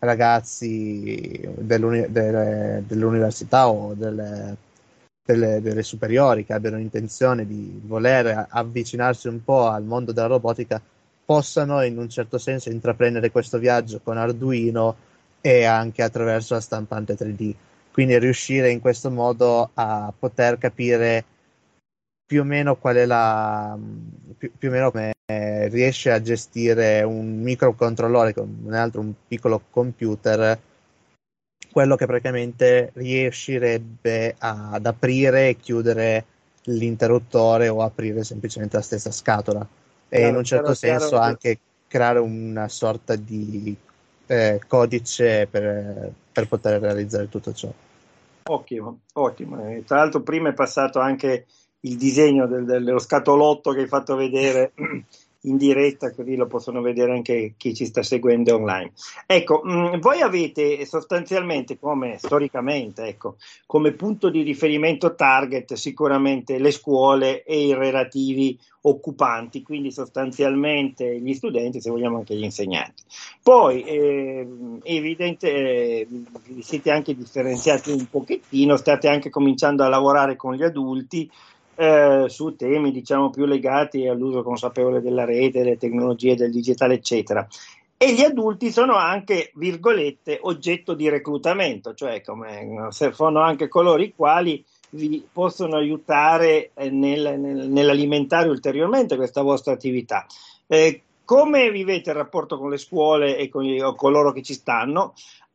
ragazzi dell'uni- delle- dell'università o delle, delle- delle superiori che abbiano intenzione di voler avvicinarsi un po' al mondo della robotica possano in un certo senso intraprendere questo viaggio con Arduino e anche attraverso la stampante tre D. Quindi riuscire in questo modo a poter capire più o meno qual è la più, più o meno come riesce a gestire un microcontrollore con un altro un piccolo computer, quello che praticamente riuscirebbe ad aprire e chiudere l'interruttore o aprire semplicemente la stessa scatola, e in Chiaro, un certo chiaro, senso chiaro. anche creare una sorta di eh, codice per, per poter realizzare tutto ciò. Ottimo, ottimo. E tra l'altro prima è passato anche il disegno del- dello scatolotto che hai fatto vedere in diretta, così lo possono vedere anche chi ci sta seguendo online. Ecco, mh, voi avete sostanzialmente come storicamente, ecco, come punto di riferimento target sicuramente le scuole e i relativi occupanti, quindi sostanzialmente gli studenti, se vogliamo anche gli insegnanti. Poi eh, è evidente, eh, vi siete anche differenziati un pochettino, state anche cominciando a lavorare con gli adulti eh, su temi diciamo più legati all'uso consapevole della rete, delle tecnologie, del digitale, eccetera. E gli adulti sono anche, virgolette, oggetto di reclutamento, cioè come se sono anche coloro i quali vi possono aiutare eh, nel, nel, nell'alimentare ulteriormente questa vostra attività. Eh, come vivete il rapporto con le scuole e con gli, o coloro che ci stanno?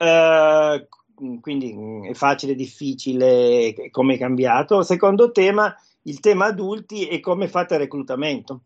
Eh, quindi è facile, difficile, come è cambiato? Secondo tema, il tema adulti e come fate reclutamento.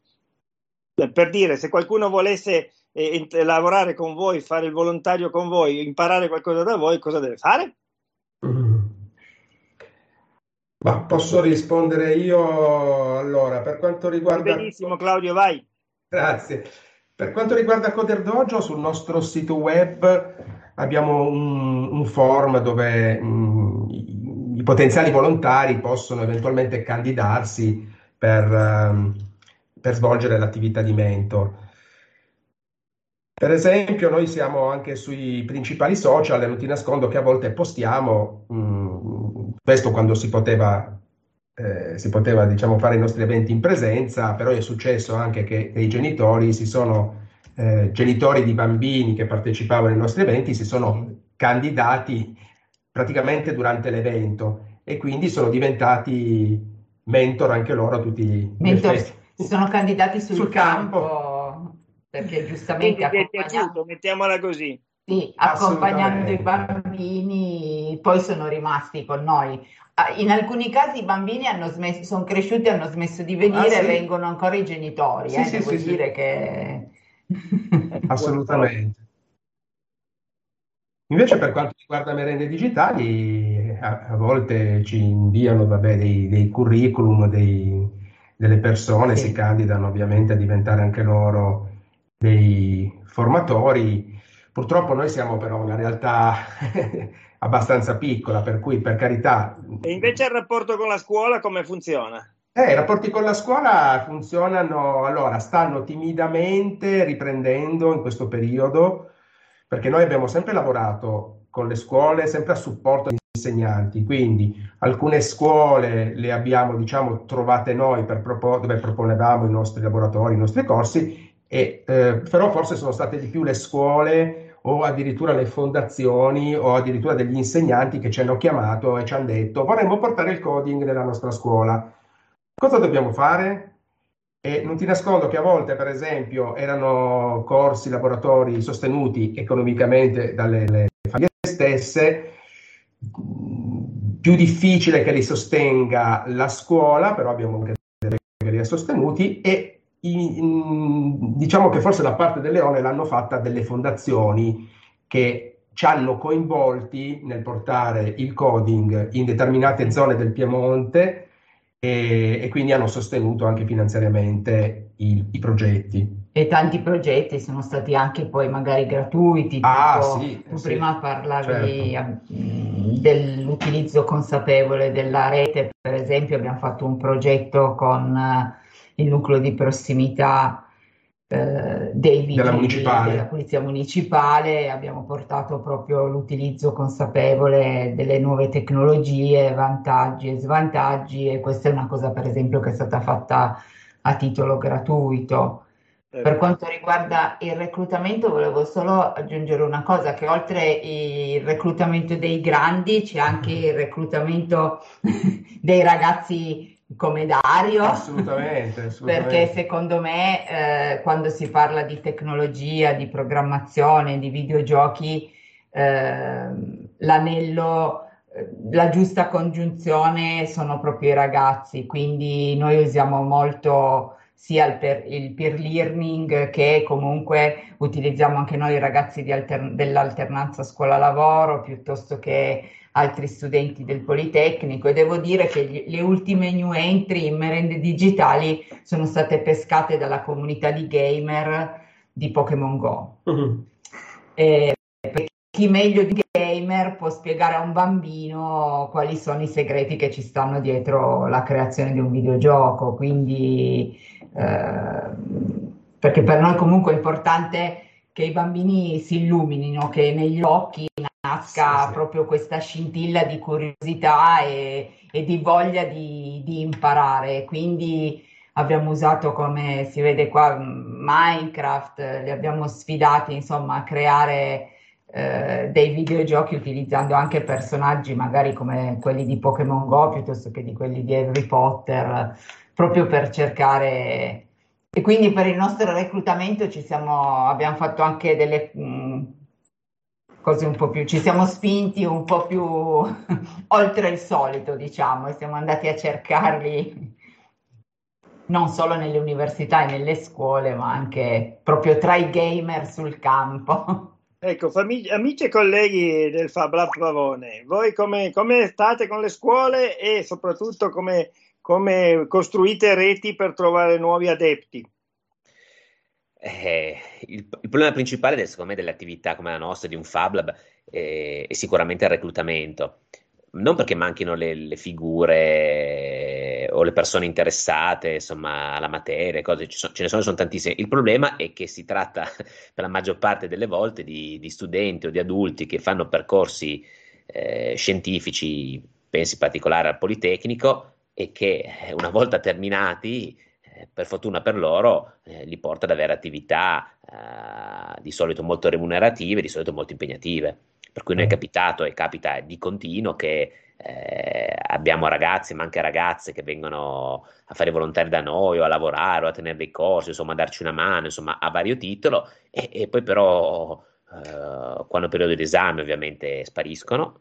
Per dire, se qualcuno volesse eh, lavorare con voi, fare il volontario con voi, imparare qualcosa da voi, cosa deve fare? Ma posso rispondere io? Allora, per quanto Va riguarda... benissimo, Claudio, vai. Grazie. Per quanto riguarda Coder Dojo, sul nostro sito web abbiamo un, un form dove mm, i, i potenziali volontari possono eventualmente candidarsi per, ehm, per svolgere l'attività di mentor. Per esempio, noi siamo anche sui principali social e non ti nascondo che a volte postiamo, mh, questo quando si poteva, eh, si poteva, diciamo, fare i nostri eventi in presenza, però è successo anche che dei genitori si sono, eh, genitori di bambini che partecipavano ai nostri eventi si sono candidati praticamente durante l'evento e quindi sono diventati mentor anche loro a tutti gli Mentor, effetti. si sono candidati sul, Sul campo. campo, perché giustamente Quindi ti è accompagnando, piaciuto, mettiamola così. sì, accompagnando i Assolutamente. bambini, poi sono rimasti con noi. Ah, in alcuni casi i bambini hanno smesso, sono cresciuti, hanno smesso di Ah, venire, sì? vengono ancora i genitori, Sì, eh, sì, devo sì, sì, dire che... Buona cosa. assolutamente. Invece per quanto riguarda merende digitali, a, a volte ci inviano, vabbè, dei, dei curriculum, dei- delle persone, si Sì. candidano ovviamente a diventare anche loro dei formatori. Purtroppo noi siamo però una realtà abbastanza piccola, per cui per carità, E invece il rapporto con la scuola come funziona? eh, i rapporti con la scuola funzionano, allora, stanno timidamente riprendendo in questo periodo, perché noi abbiamo sempre lavorato con le scuole, sempre a supporto degli insegnanti, quindi alcune scuole le abbiamo, diciamo, trovate noi per propo- dove proponevamo i nostri laboratori, i nostri corsi, e, eh, però forse sono state di più le scuole o addirittura le fondazioni o addirittura degli insegnanti che ci hanno chiamato e ci hanno detto vorremmo portare il coding nella nostra scuola. Cosa dobbiamo fare? E non ti nascondo che a volte, per esempio, erano corsi, laboratori sostenuti economicamente dalle le famiglie stesse, mh, più difficile che li sostenga la scuola, però abbiamo anche delle che li ha sostenuti e i- in- diciamo che forse la parte del leone l'hanno fatta delle fondazioni che ci hanno coinvolti nel portare il coding in determinate zone del Piemonte e, e quindi hanno sostenuto anche finanziariamente i, i progetti. E tanti progetti sono stati anche poi magari gratuiti, Ah, tipo sì, tu sì, prima parlavi certo. eh, mh, dell'utilizzo consapevole della rete, per esempio abbiamo fatto un progetto con eh, il nucleo di prossimità eh, dei Della vigili della municipale. Polizia Municipale, abbiamo portato proprio l'utilizzo consapevole delle nuove tecnologie, vantaggi e svantaggi e questa è una cosa per esempio che è stata fatta a titolo gratuito. Per quanto riguarda il reclutamento, volevo solo aggiungere una cosa, che oltre il reclutamento dei grandi c'è anche il reclutamento dei ragazzi come Dario, Assolutamente, perché assolutamente. secondo me eh, quando si parla di tecnologia, di programmazione, di videogiochi, eh, l'anello, eh, la giusta congiunzione sono proprio i ragazzi, quindi noi usiamo molto sia il peer, il peer learning che comunque utilizziamo anche noi i ragazzi di alter- dell'alternanza scuola-lavoro piuttosto che altri studenti del Politecnico e devo dire che gli- le ultime new entry in merende digitali sono state pescate dalla comunità di gamer di Pokémon Go. Mhm. E chi meglio di gamer può spiegare a un bambino quali sono i segreti che ci stanno dietro la creazione di un videogioco, quindi eh, perché per noi comunque è importante che i bambini si illuminino, che negli occhi nasca Sì, sì. proprio questa scintilla di curiosità e, e di voglia di, di imparare. Quindi abbiamo usato, come si vede qua, Minecraft, li abbiamo sfidati insomma a creare eh, dei videogiochi utilizzando anche personaggi magari come quelli di Pokémon Go piuttosto che di quelli di Harry Potter, proprio per cercare. E quindi per il nostro reclutamento ci siamo, abbiamo fatto anche delle mh, cose un po' più, ci siamo spinti un po' più oltre il solito, diciamo, e siamo andati a cercarli non solo nelle università e nelle scuole, ma anche proprio tra i gamer sul campo. Ecco, famig- amici e colleghi del Fab Lab Pavone, voi come, come state con le scuole e soprattutto come, come costruite reti per trovare nuovi adepti? Eh, il, il problema principale, secondo me, delle attività come la nostra, di un Fab Lab, eh, è sicuramente il reclutamento. Non perché manchino le, le figure o le persone interessate, insomma, alla materia, cose, ci sono- ce ne sono, sono tantissime. Il problema è che si tratta, per la maggior parte delle volte, di, di studenti o di adulti che fanno percorsi eh, scientifici, pensi in particolare al Politecnico, e che eh, una volta terminati, eh, per fortuna per loro, eh, li porta ad avere attività eh, di solito molto remunerative, di solito molto impegnative. Per cui noi è capitato e capita di continuo che eh, abbiamo ragazzi, ma anche ragazze che vengono a fare volontari da noi o a lavorare o a tenere dei corsi, insomma, a darci una mano, insomma, a vario titolo, e, e poi però eh, quando è il periodo di esame ovviamente spariscono.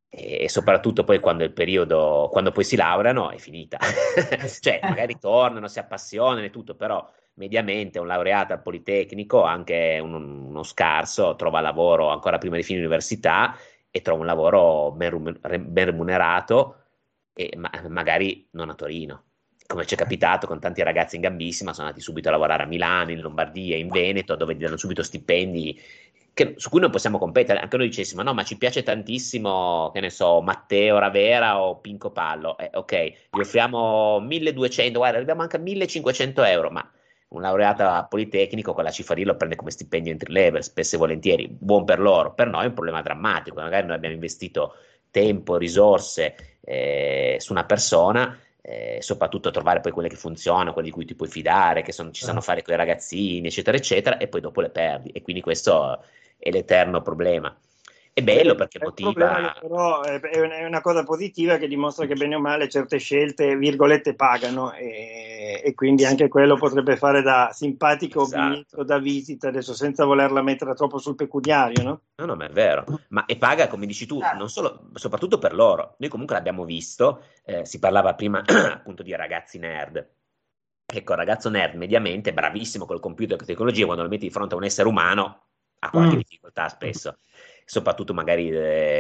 E e soprattutto poi quando il periodo, quando poi si laureano, è finita. Cioè, magari tornano, si appassionano e tutto, però mediamente un laureato al Politecnico, anche un- uno scarso, trova lavoro ancora prima di finire l'università e trova un lavoro ben, rumu- ben remunerato e ma- magari non a Torino. Come ci è capitato con tanti ragazzi in gambissima, sono andati subito a lavorare a Milano, in Lombardia, in Veneto, dove gli danno subito stipendi che- su cui non possiamo competere. Anche noi dicessimo, no, ma ci piace tantissimo, che ne so, Matteo Ravera o Pinco Pallo. Eh, ok, gli offriamo milleduecento, guarda, arriviamo anche a millecinquecento euro, ma un laureato a Politecnico quella cifra lì lo prende come stipendio entry level, spesso e volentieri, buon per loro. Per noi è un problema drammatico, magari noi abbiamo investito tempo, risorse eh, su una persona, eh, soprattutto trovare poi quelle che funzionano, quelle di cui ti puoi fidare, che son- ci sanno fare con i ragazzini, eccetera, eccetera, e poi dopo le perdi. E quindi questo è l'eterno problema. È bello perché È un problema motiva. che però è è una è una cosa positiva che dimostra che bene o male certe scelte, virgolette, pagano e, e quindi anche quello potrebbe fare da simpatico Esatto. biglietto da visita, adesso senza volerla mettere troppo sul pecuniario, no? No, no, ma è vero. Ma e paga, come dici tu, Certo. non solo, soprattutto per loro. Noi comunque l'abbiamo visto, eh, si parlava prima appunto di ragazzi nerd. Ecco, il ragazzo nerd mediamente, bravissimo col computer e con la tecnologia, quando lo metti di fronte a un essere umano, ha qualche Mm. difficoltà spesso. Soprattutto magari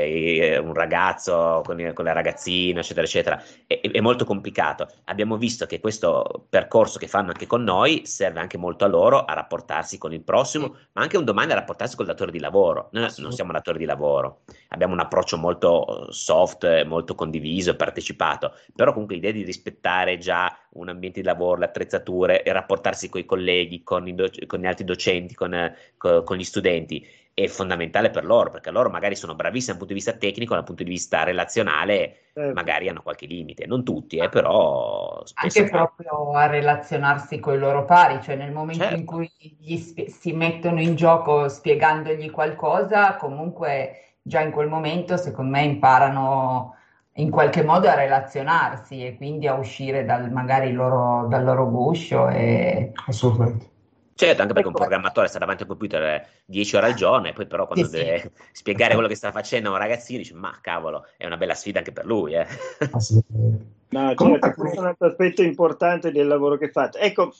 eh, un ragazzo con, con le ragazzine, eccetera, eccetera. È, è molto complicato. Abbiamo visto che questo percorso che fanno anche con noi serve anche molto a loro a rapportarsi con il prossimo, ma anche un domani a rapportarsi col datore di lavoro. Noi non siamo datori di lavoro, abbiamo un approccio molto soft, molto condiviso e partecipato, però comunque l'idea di rispettare già un ambiente di lavoro, le attrezzature e rapportarsi con i colleghi, con, i doc- con gli altri docenti, con, eh, co- con gli studenti è fondamentale per loro, perché loro magari sono bravissimi dal punto di vista tecnico, dal punto di vista relazionale Certo. magari hanno qualche limite, non tutti, eh, però spesso Anche capita. proprio a relazionarsi con i loro pari, cioè nel momento in Certo. cui gli spie- si mettono in gioco spiegandogli qualcosa, comunque già in quel momento, secondo me, imparano in qualche modo a relazionarsi e quindi a uscire dal, magari loro, dal loro guscio. E... Assolutamente. Certo, anche perché un Ecco, programmatore sta davanti al computer eh, dieci ore al giorno e poi però sì, quando sì. deve spiegare quello che sta facendo a un ragazzino dice, ma cavolo, è una bella sfida anche per lui, eh. Assolutamente. No, certo, Comunque, questo è un altro aspetto importante del lavoro che fate. Ecco,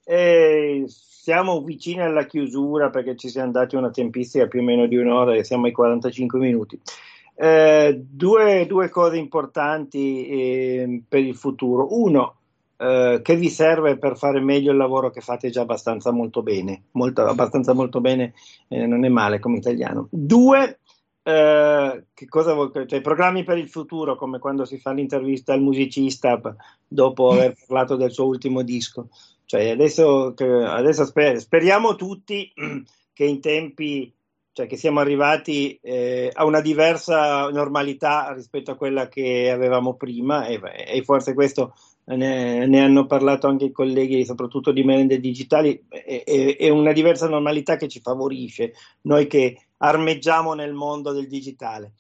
eh, siamo vicini alla chiusura perché ci siamo dati una tempistica più o meno di un'ora e siamo ai quarantacinque minuti. Eh, due, due cose importanti eh, per il futuro. Uno, eh, che vi serve per fare meglio il lavoro che fate già abbastanza molto bene, molto, abbastanza molto bene, eh, non è male come italiano. Due, eh, che cosa vuol- cioè, programmi per il futuro, come quando si fa l'intervista al musicista p- dopo aver parlato del suo ultimo disco. Cioè, adesso, che- adesso sper- speriamo tutti che in tempi, cioè che siamo arrivati eh, a una diversa normalità rispetto a quella che avevamo prima e, e forse questo ne, ne hanno parlato anche i colleghi, soprattutto di merende digitali, è, è- è una diversa normalità che ci favorisce, noi che armeggiamo nel mondo del digitale.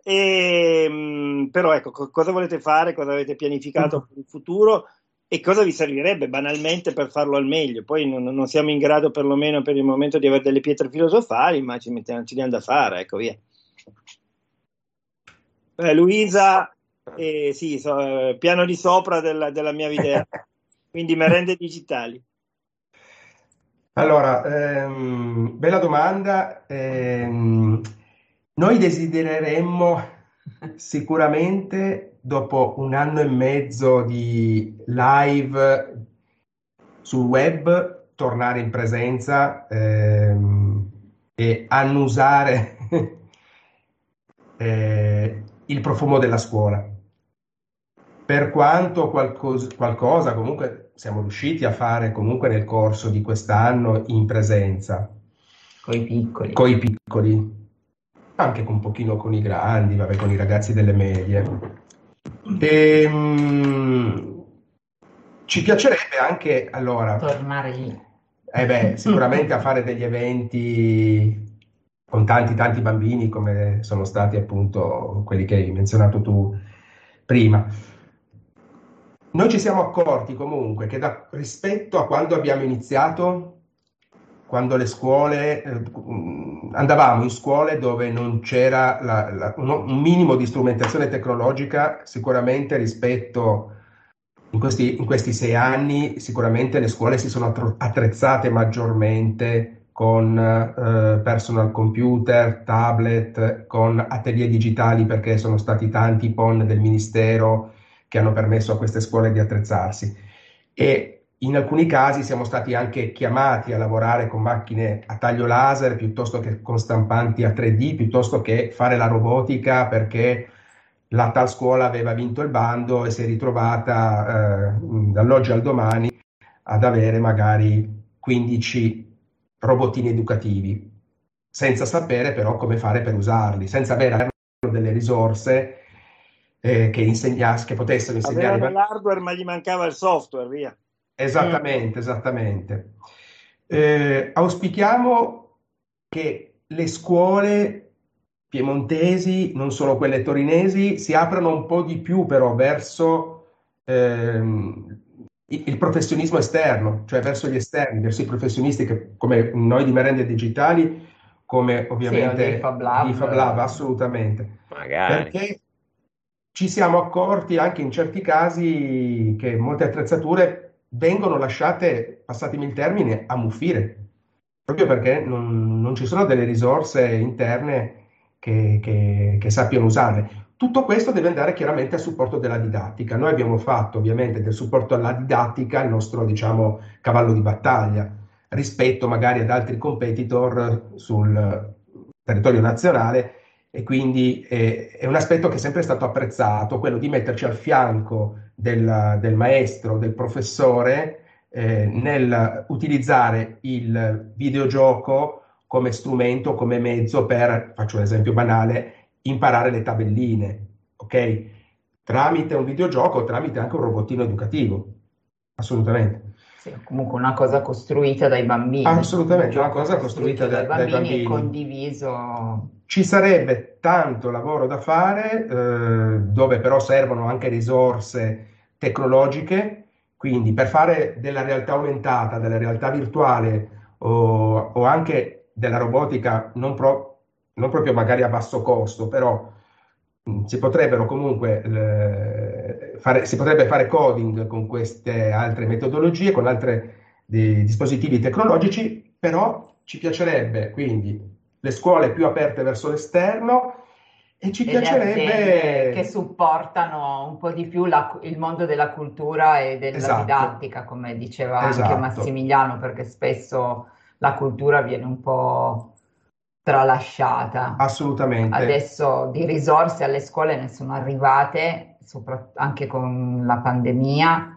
E, mh, però ecco, co- cosa volete fare, cosa avete pianificato per il futuro e cosa vi servirebbe banalmente per farlo al meglio? Poi non, non siamo in grado perlomeno per il momento di avere delle pietre filosofali, ma ci mettiamo, ci diamo da fare, ecco via. Eh, Luisa, eh, sì, so, eh, piano di sopra della, della mia idea, quindi merende digitali. Allora, ehm, bella domanda. Ehm, noi desidereremmo sicuramente, dopo un anno e mezzo di live sul web, tornare in presenza ehm, e annusare eh, il profumo della scuola. Per quanto qualcos- qualcosa comunque siamo riusciti a fare comunque nel corso di quest'anno in presenza, Con i piccoli. con i piccoli, anche con un pochino con i grandi, vabbè, con i ragazzi delle medie. Ehm, ci piacerebbe anche, allora, Tornare lì. eh beh, sicuramente a fare degli eventi con tanti tanti bambini come sono stati appunto quelli che hai menzionato tu prima. Noi ci siamo accorti comunque che da, rispetto a quando abbiamo iniziato, quando le scuole, eh, andavamo in scuole dove non c'era la- la- uno- un minimo di strumentazione tecnologica, sicuramente rispetto in questi, in questi sei anni, sicuramente le scuole si sono attro- attrezzate maggiormente con eh, personal computer, tablet, con atelier digitali perché sono stati tanti i P O N del Ministero che hanno permesso a queste scuole di attrezzarsi. E in alcuni casi siamo stati anche chiamati a lavorare con macchine a taglio laser piuttosto che con stampanti a tre D, piuttosto che fare la robotica perché la tal scuola aveva vinto il bando e si è ritrovata eh, dall'oggi al domani ad avere magari quindici robotini educativi, senza sapere però come fare per usarli, senza avere delle risorse eh, che, insegnasse, che potessero insegnare i Avevano bambini. l'hardware, ma gli mancava il software, via. Esattamente, esattamente. Eh, auspichiamo che le scuole piemontesi, non solo quelle torinesi, si aprano un po' di più però verso ehm, il, il professionismo esterno, cioè verso gli esterni, verso i professionisti che, come noi di Merende Digitali, come Sì, o dei ovviamente Fab di Fab Lab, Lab. assolutamente. Magari. Perché ci siamo accorti anche in certi casi che molte attrezzature vengono lasciate, passatemi il termine, a muffire, proprio perché non, non ci sono delle risorse interne che, che- che sappiano usarle. Tutto questo deve andare chiaramente a supporto della didattica. Noi abbiamo fatto ovviamente del supporto alla didattica il nostro, diciamo, cavallo di battaglia rispetto magari ad altri competitor sul territorio nazionale e quindi eh, è un aspetto che è sempre stato apprezzato, quello di metterci al fianco del, del maestro, del professore, eh, nel utilizzare il videogioco come strumento, come mezzo per, faccio un esempio banale, imparare le tabelline, ok? Tramite un videogioco, tramite anche un robottino educativo, assolutamente. Sì, comunque una cosa costruita dai bambini, un Assolutamente, una gioco cosa costruita costruito dai da- dai bambini e bambini. condiviso. Ci sarebbe tanto lavoro da fare, eh, dove però servono anche risorse tecnologiche, quindi per fare della realtà aumentata, della realtà virtuale o, o anche della robotica non, pro- non proprio magari a basso costo, però mh, si potrebbero comunque eh, fare, si potrebbe fare coding con queste altre metodologie, con altri dispositivi tecnologici, però ci piacerebbe quindi le scuole più aperte verso l'esterno e ci E le aziende che piacerebbe, supportano un po' di più la- il mondo della cultura e della esatto, didattica, come diceva anche esatto, Massimiliano, perché spesso la cultura viene un po' tralasciata. assolutamente, Adesso di risorse alle scuole ne sono arrivate, sopra- anche con la pandemia,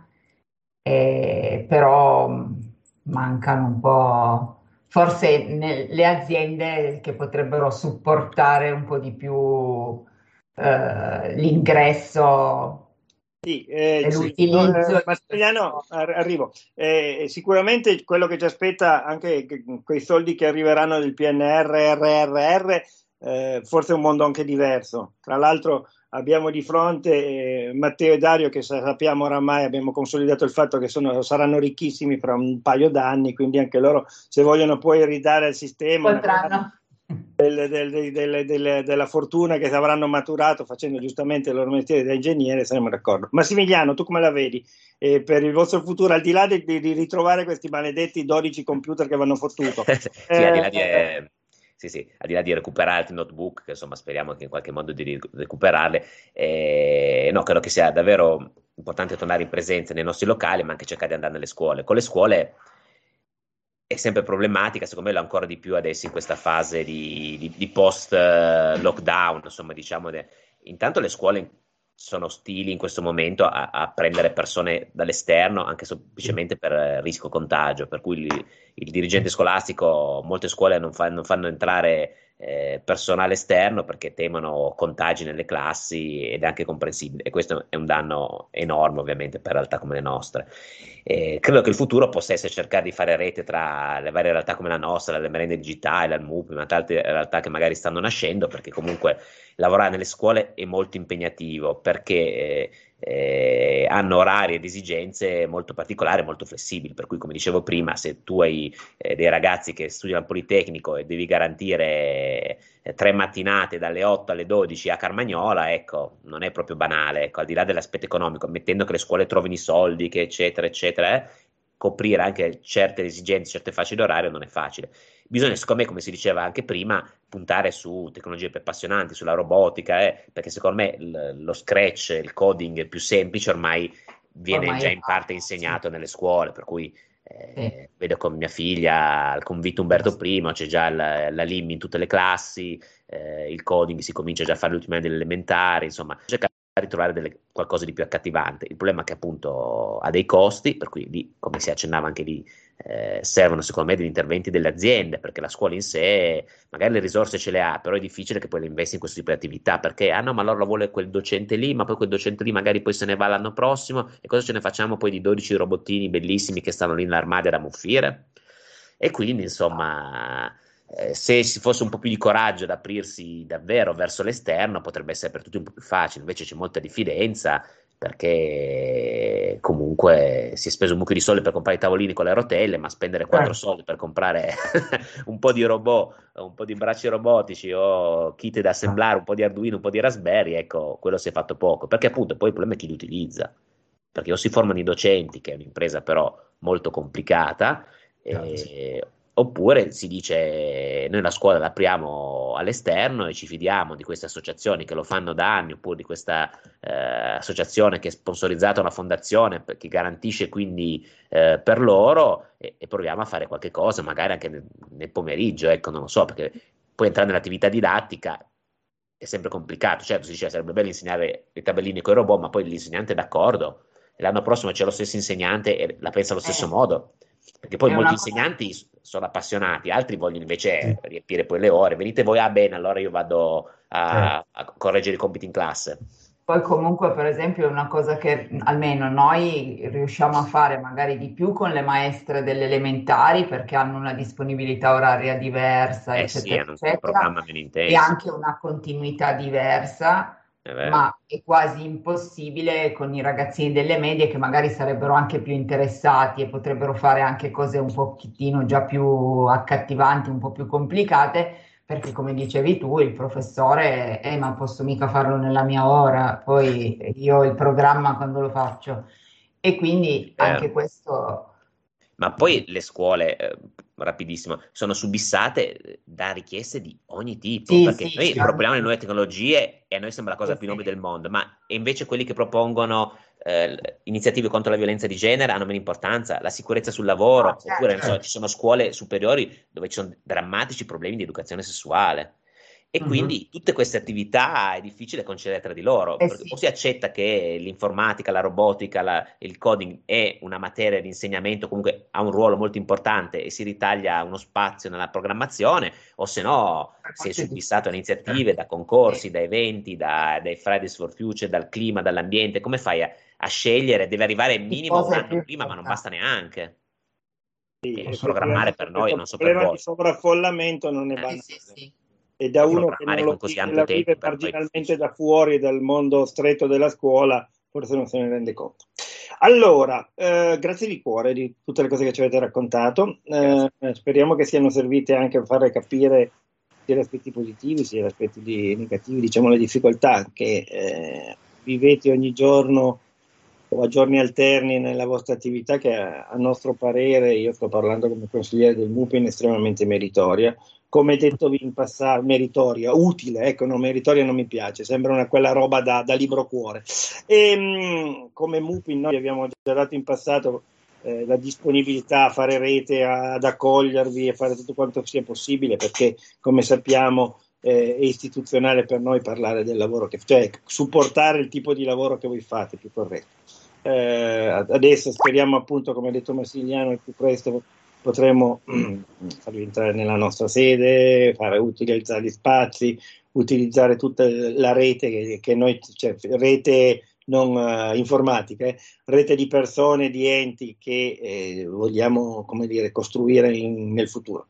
e però mh, mancano un po', forse ne- le aziende che potrebbero supportare un po' di più eh, l'ingresso Sì, eh, e sì, no, l'utilizzo eh, di Massimiliano, questo. ar- arrivo. Eh, sicuramente quello che ci aspetta, anche che- quei soldi che arriveranno del P N R R R, eh, forse è un mondo anche diverso. Tra l'altro abbiamo di fronte eh, Matteo e Dario che sa- sappiamo oramai, abbiamo consolidato il fatto che sono- saranno ricchissimi fra un paio d'anni, quindi anche loro se vogliono poi ridare al sistema una grande, Potranno. del, del, del, del, della fortuna che avranno maturato facendo giustamente il loro mestiere da ingegnere, saremo d'accordo. Massimiliano, tu come la vedi eh, per il vostro futuro, al di là di, di ritrovare questi maledetti dodici computer che vanno fottuto? Sì, al di là Eh, di, eh, sì, sì, al di là di recuperare altri notebook, che insomma speriamo che in qualche modo di ri- recuperarle, eh, no, credo che sia davvero importante tornare in presenza nei nostri locali, ma anche cercare di andare nelle scuole. Con le scuole è sempre problematica, secondo me, ancora di più adesso in questa fase di, di, di post-lockdown, insomma, diciamo, de- intanto le scuole sono ostili in questo momento a, a prendere persone dall'esterno, anche semplicemente per eh, rischio contagio, per cui il, il dirigente scolastico, molte scuole non, fa- non fanno entrare eh, personale esterno perché temono contagi nelle classi ed è anche comprensibile, e questo è un danno enorme ovviamente per realtà come le nostre. Eh, credo che il futuro possa essere cercare di fare rete tra le varie realtà come la nostra, le merende digitali, il MUPI, ma tante realtà che magari stanno nascendo, perché comunque lavorare nelle scuole è molto impegnativo, perché eh, eh, hanno orari ed esigenze molto particolari, molto flessibili, per cui come dicevo prima, se tu hai eh, dei ragazzi che studiano al Politecnico e devi garantire eh, tre mattinate dalle otto alle dodici a Carmagnola, ecco, non è proprio banale, ecco, al di là dell'aspetto economico, ammettendo che le scuole trovino i soldi, che eccetera, eccetera, eh, coprire anche certe esigenze, certe fasce d'orario non è facile. Bisogna, secondo me, come si diceva anche prima, puntare su tecnologie più appassionanti, sulla robotica, eh, perché secondo me l- lo scratch, il coding più semplice ormai viene Ormai già è in parte fatto, sì, insegnato nelle scuole, per cui sì. eh, vedo con mia figlia al convitto Umberto I, c'è già la, la L I M in tutte le classi, eh, il coding si comincia già a fare l'ultimo anno delle elementari, insomma, cercare di trovare delle- qualcosa di più accattivante. Il problema è che appunto ha dei costi, per cui lì, come si accennava anche lì, eh, servono secondo me degli interventi delle aziende, perché la scuola in sé magari le risorse ce le ha, però è difficile che poi le investi in questo tipo di attività, perché ah no, ma allora vuole quel docente lì, ma poi quel docente lì magari poi se ne va l'anno prossimo, e cosa ce ne facciamo poi di dodici robottini bellissimi che stanno lì nell'armadio da ammuffire? E quindi, insomma, eh, se ci fosse un po' più di coraggio ad aprirsi davvero verso l'esterno, potrebbe essere per tutti un po' più facile. Invece c'è molta diffidenza perché comunque si è speso un mucchio di soldi per comprare i tavolini con le rotelle, ma spendere quattro Certo. soldi per comprare un po' di robot, un po' di bracci robotici o kit da assemblare, un po' di Arduino, un po' di Raspberry, ecco, quello si è fatto poco. Perché appunto poi il problema è chi li utilizza. Perché o si formano i docenti, che è un'impresa però molto complicata, Chiaro, sì. eh, oppure si dice noi la scuola l'apriamo all'esterno e ci fidiamo di queste associazioni che lo fanno da anni, oppure di questa eh, associazione che è sponsorizzata da una fondazione che garantisce quindi eh, per loro e, e proviamo a fare qualche cosa, magari anche nel, nel pomeriggio, ecco, non lo so, perché poi entrare nell'attività didattica è sempre complicato. Certo, si dice sarebbe bello insegnare le tabelline con i robot, ma poi l'insegnante è d'accordo e l'anno prossimo c'è lo stesso insegnante e la pensa allo stesso Eh, modo, perché poi è molti una cosa. insegnanti s- sono appassionati, altri vogliono Sì, invece riempire poi le ore. Venite voi, ah bene, allora io vado a, certo. a correggere i compiti in classe. Poi comunque, per esempio, è una cosa che almeno noi riusciamo a fare magari di più con le maestre delle elementari perché hanno una disponibilità oraria diversa, Eh sì, eccetera, hanno un, un eccetera, programma meno e intenso, anche una continuità diversa, è vero. ma è quasi impossibile con i ragazzini delle medie che magari sarebbero anche più interessati e potrebbero fare anche cose un pochettino già più accattivanti, un po' più complicate perché come dicevi tu, il professore, eh, ma posso mica farlo nella mia ora, poi io ho il programma quando lo faccio. E quindi Vero. anche questo, Ma poi le scuole, eh, rapidissimo, sono subissate eh, da richieste di ogni tipo, sì, perché sì, noi di ogni proponiamo le tipo. nuove tecnologie e a noi sembra la cosa Sì, più nobile sì. del mondo, ma e invece quelli che propongono eh, iniziative contro la violenza di genere hanno meno importanza, la sicurezza sul No, lavoro, oppure non certo. so, Certo. ci sono scuole superiori dove ci sono drammatici problemi di educazione sessuale. E Mhm. quindi tutte queste attività è difficile concedere tra di loro, Eh perché o sì, si accetta che l'informatica, la robotica, la- il coding è una materia di insegnamento, comunque ha un ruolo molto importante e si ritaglia uno spazio nella programmazione, o se no è sei molto subissato da difficile. iniziative, Certo. da concorsi, Sì. da eventi, da- dai Fridays for Future, dal clima, dall'ambiente, come fai a, a scegliere? Deve arrivare Che minimo un cosa è anno più prima, ma non basta importante? neanche. Sì, E programmare effettivamente per noi, questo non so per problema di voi. sovraffollamento non è Eh, Sì, sì, banale. sì. E da e uno che programmare non con lo così vive, ampio la vive tempo per noi è marginalmente difficile. da fuori dal mondo stretto della scuola, forse non se ne rende conto. Allora, eh, grazie di cuore di tutte le cose che ci avete raccontato. Grazie. Eh, speriamo che siano servite anche a fare capire sia gli aspetti positivi sia gli aspetti di, negativi, diciamo le difficoltà che eh, vivete ogni giorno o a giorni alterni nella vostra attività, che a, a nostro parere, io sto parlando come consigliere del MUPIN, è estremamente meritoria. Come detto in passato, meritoria, utile, ecco, no, meritoria non mi piace, sembra una, quella roba da, da libro cuore. E, mh, come MUPIN noi abbiamo già dato in passato eh, la disponibilità a fare rete, a, ad accogliervi e fare tutto quanto sia possibile, perché come sappiamo eh, è istituzionale per noi parlare del lavoro, che, cioè supportare il tipo di lavoro che voi fate, più corretto. Eh, adesso speriamo appunto, come ha detto Massimiliano, il più presto potremo farvi entrare nella nostra sede, fare, utilizzare gli spazi, utilizzare tutta la rete che, che noi, cioè rete non uh, informatica, eh, rete di persone, di enti che eh, vogliamo, come dire, costruire in, nel futuro.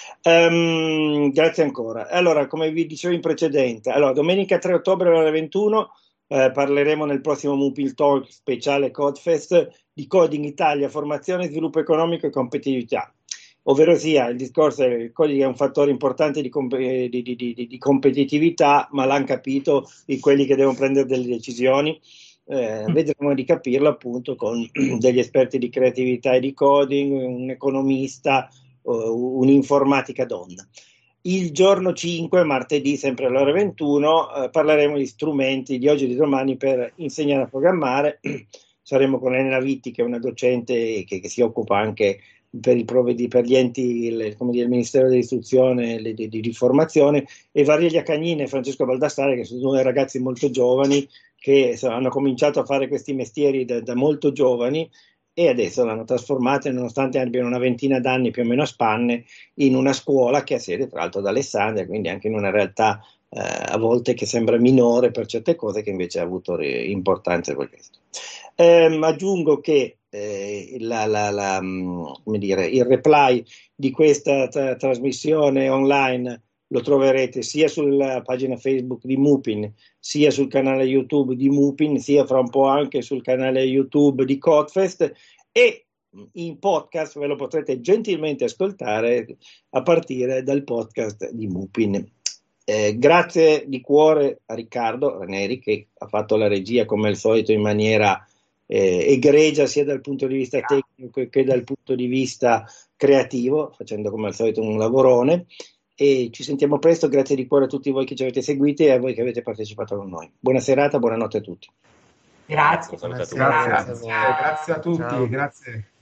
Um, grazie ancora. Allora, come vi dicevo in precedenza, allora, domenica tre ottobre alle ventuno Eh, parleremo nel prossimo MUPIN Talk speciale Codefest di Coding Italia, formazione, sviluppo economico e competitività, ovvero sia il discorso che il coding è un fattore importante di, comp- di, di, di, di competitività, ma l'hanno capito i quelli che devono prendere delle decisioni. Eh, vedremo di capirlo appunto con degli esperti di creatività e di coding, un economista, uh, un'informatica donna. Il giorno cinque, martedì, sempre alle ore ventuno, eh, parleremo di strumenti di oggi e di domani per insegnare a programmare. Saremo con Elena Vitti, che è una docente che, che si occupa anche per, il provvedi, per gli enti, il, come dire, il Ministero dell'Istruzione e di, di, di Formazione, e Valeria Cagnini e Francesco Baldassare, che sono due ragazzi molto giovani che insomma, hanno cominciato a fare questi mestieri da, da molto giovani e adesso l'hanno trasformata, nonostante abbiano una ventina d'anni più o meno a spanne, in una scuola che ha sede tra l'altro ad Alessandria, quindi anche in una realtà eh, a volte che sembra minore per certe cose, che invece ha avuto importanza per questo. Eh, aggiungo che eh, la, la, la, come dire, il reply di questa tra- trasmissione online lo troverete sia sulla pagina Facebook di MUPIN, sia sul canale YouTube di MUPIN, sia fra un po' anche sul canale YouTube di Codefest, e in podcast ve lo potrete gentilmente ascoltare a partire dal podcast di MUPIN. Eh, grazie di cuore a Riccardo Raneri, che ha fatto la regia come al solito in maniera eh, egregia, sia dal punto di vista tecnico che dal punto di vista creativo, facendo come al solito un lavorone. E ci sentiamo presto, grazie di cuore a tutti voi che ci avete seguiti e a voi che avete partecipato con noi. Buona serata, buonanotte a tutti. Grazie. Saluto a tutti. Grazie, Grazie. grazie a tutti, Ciao. grazie.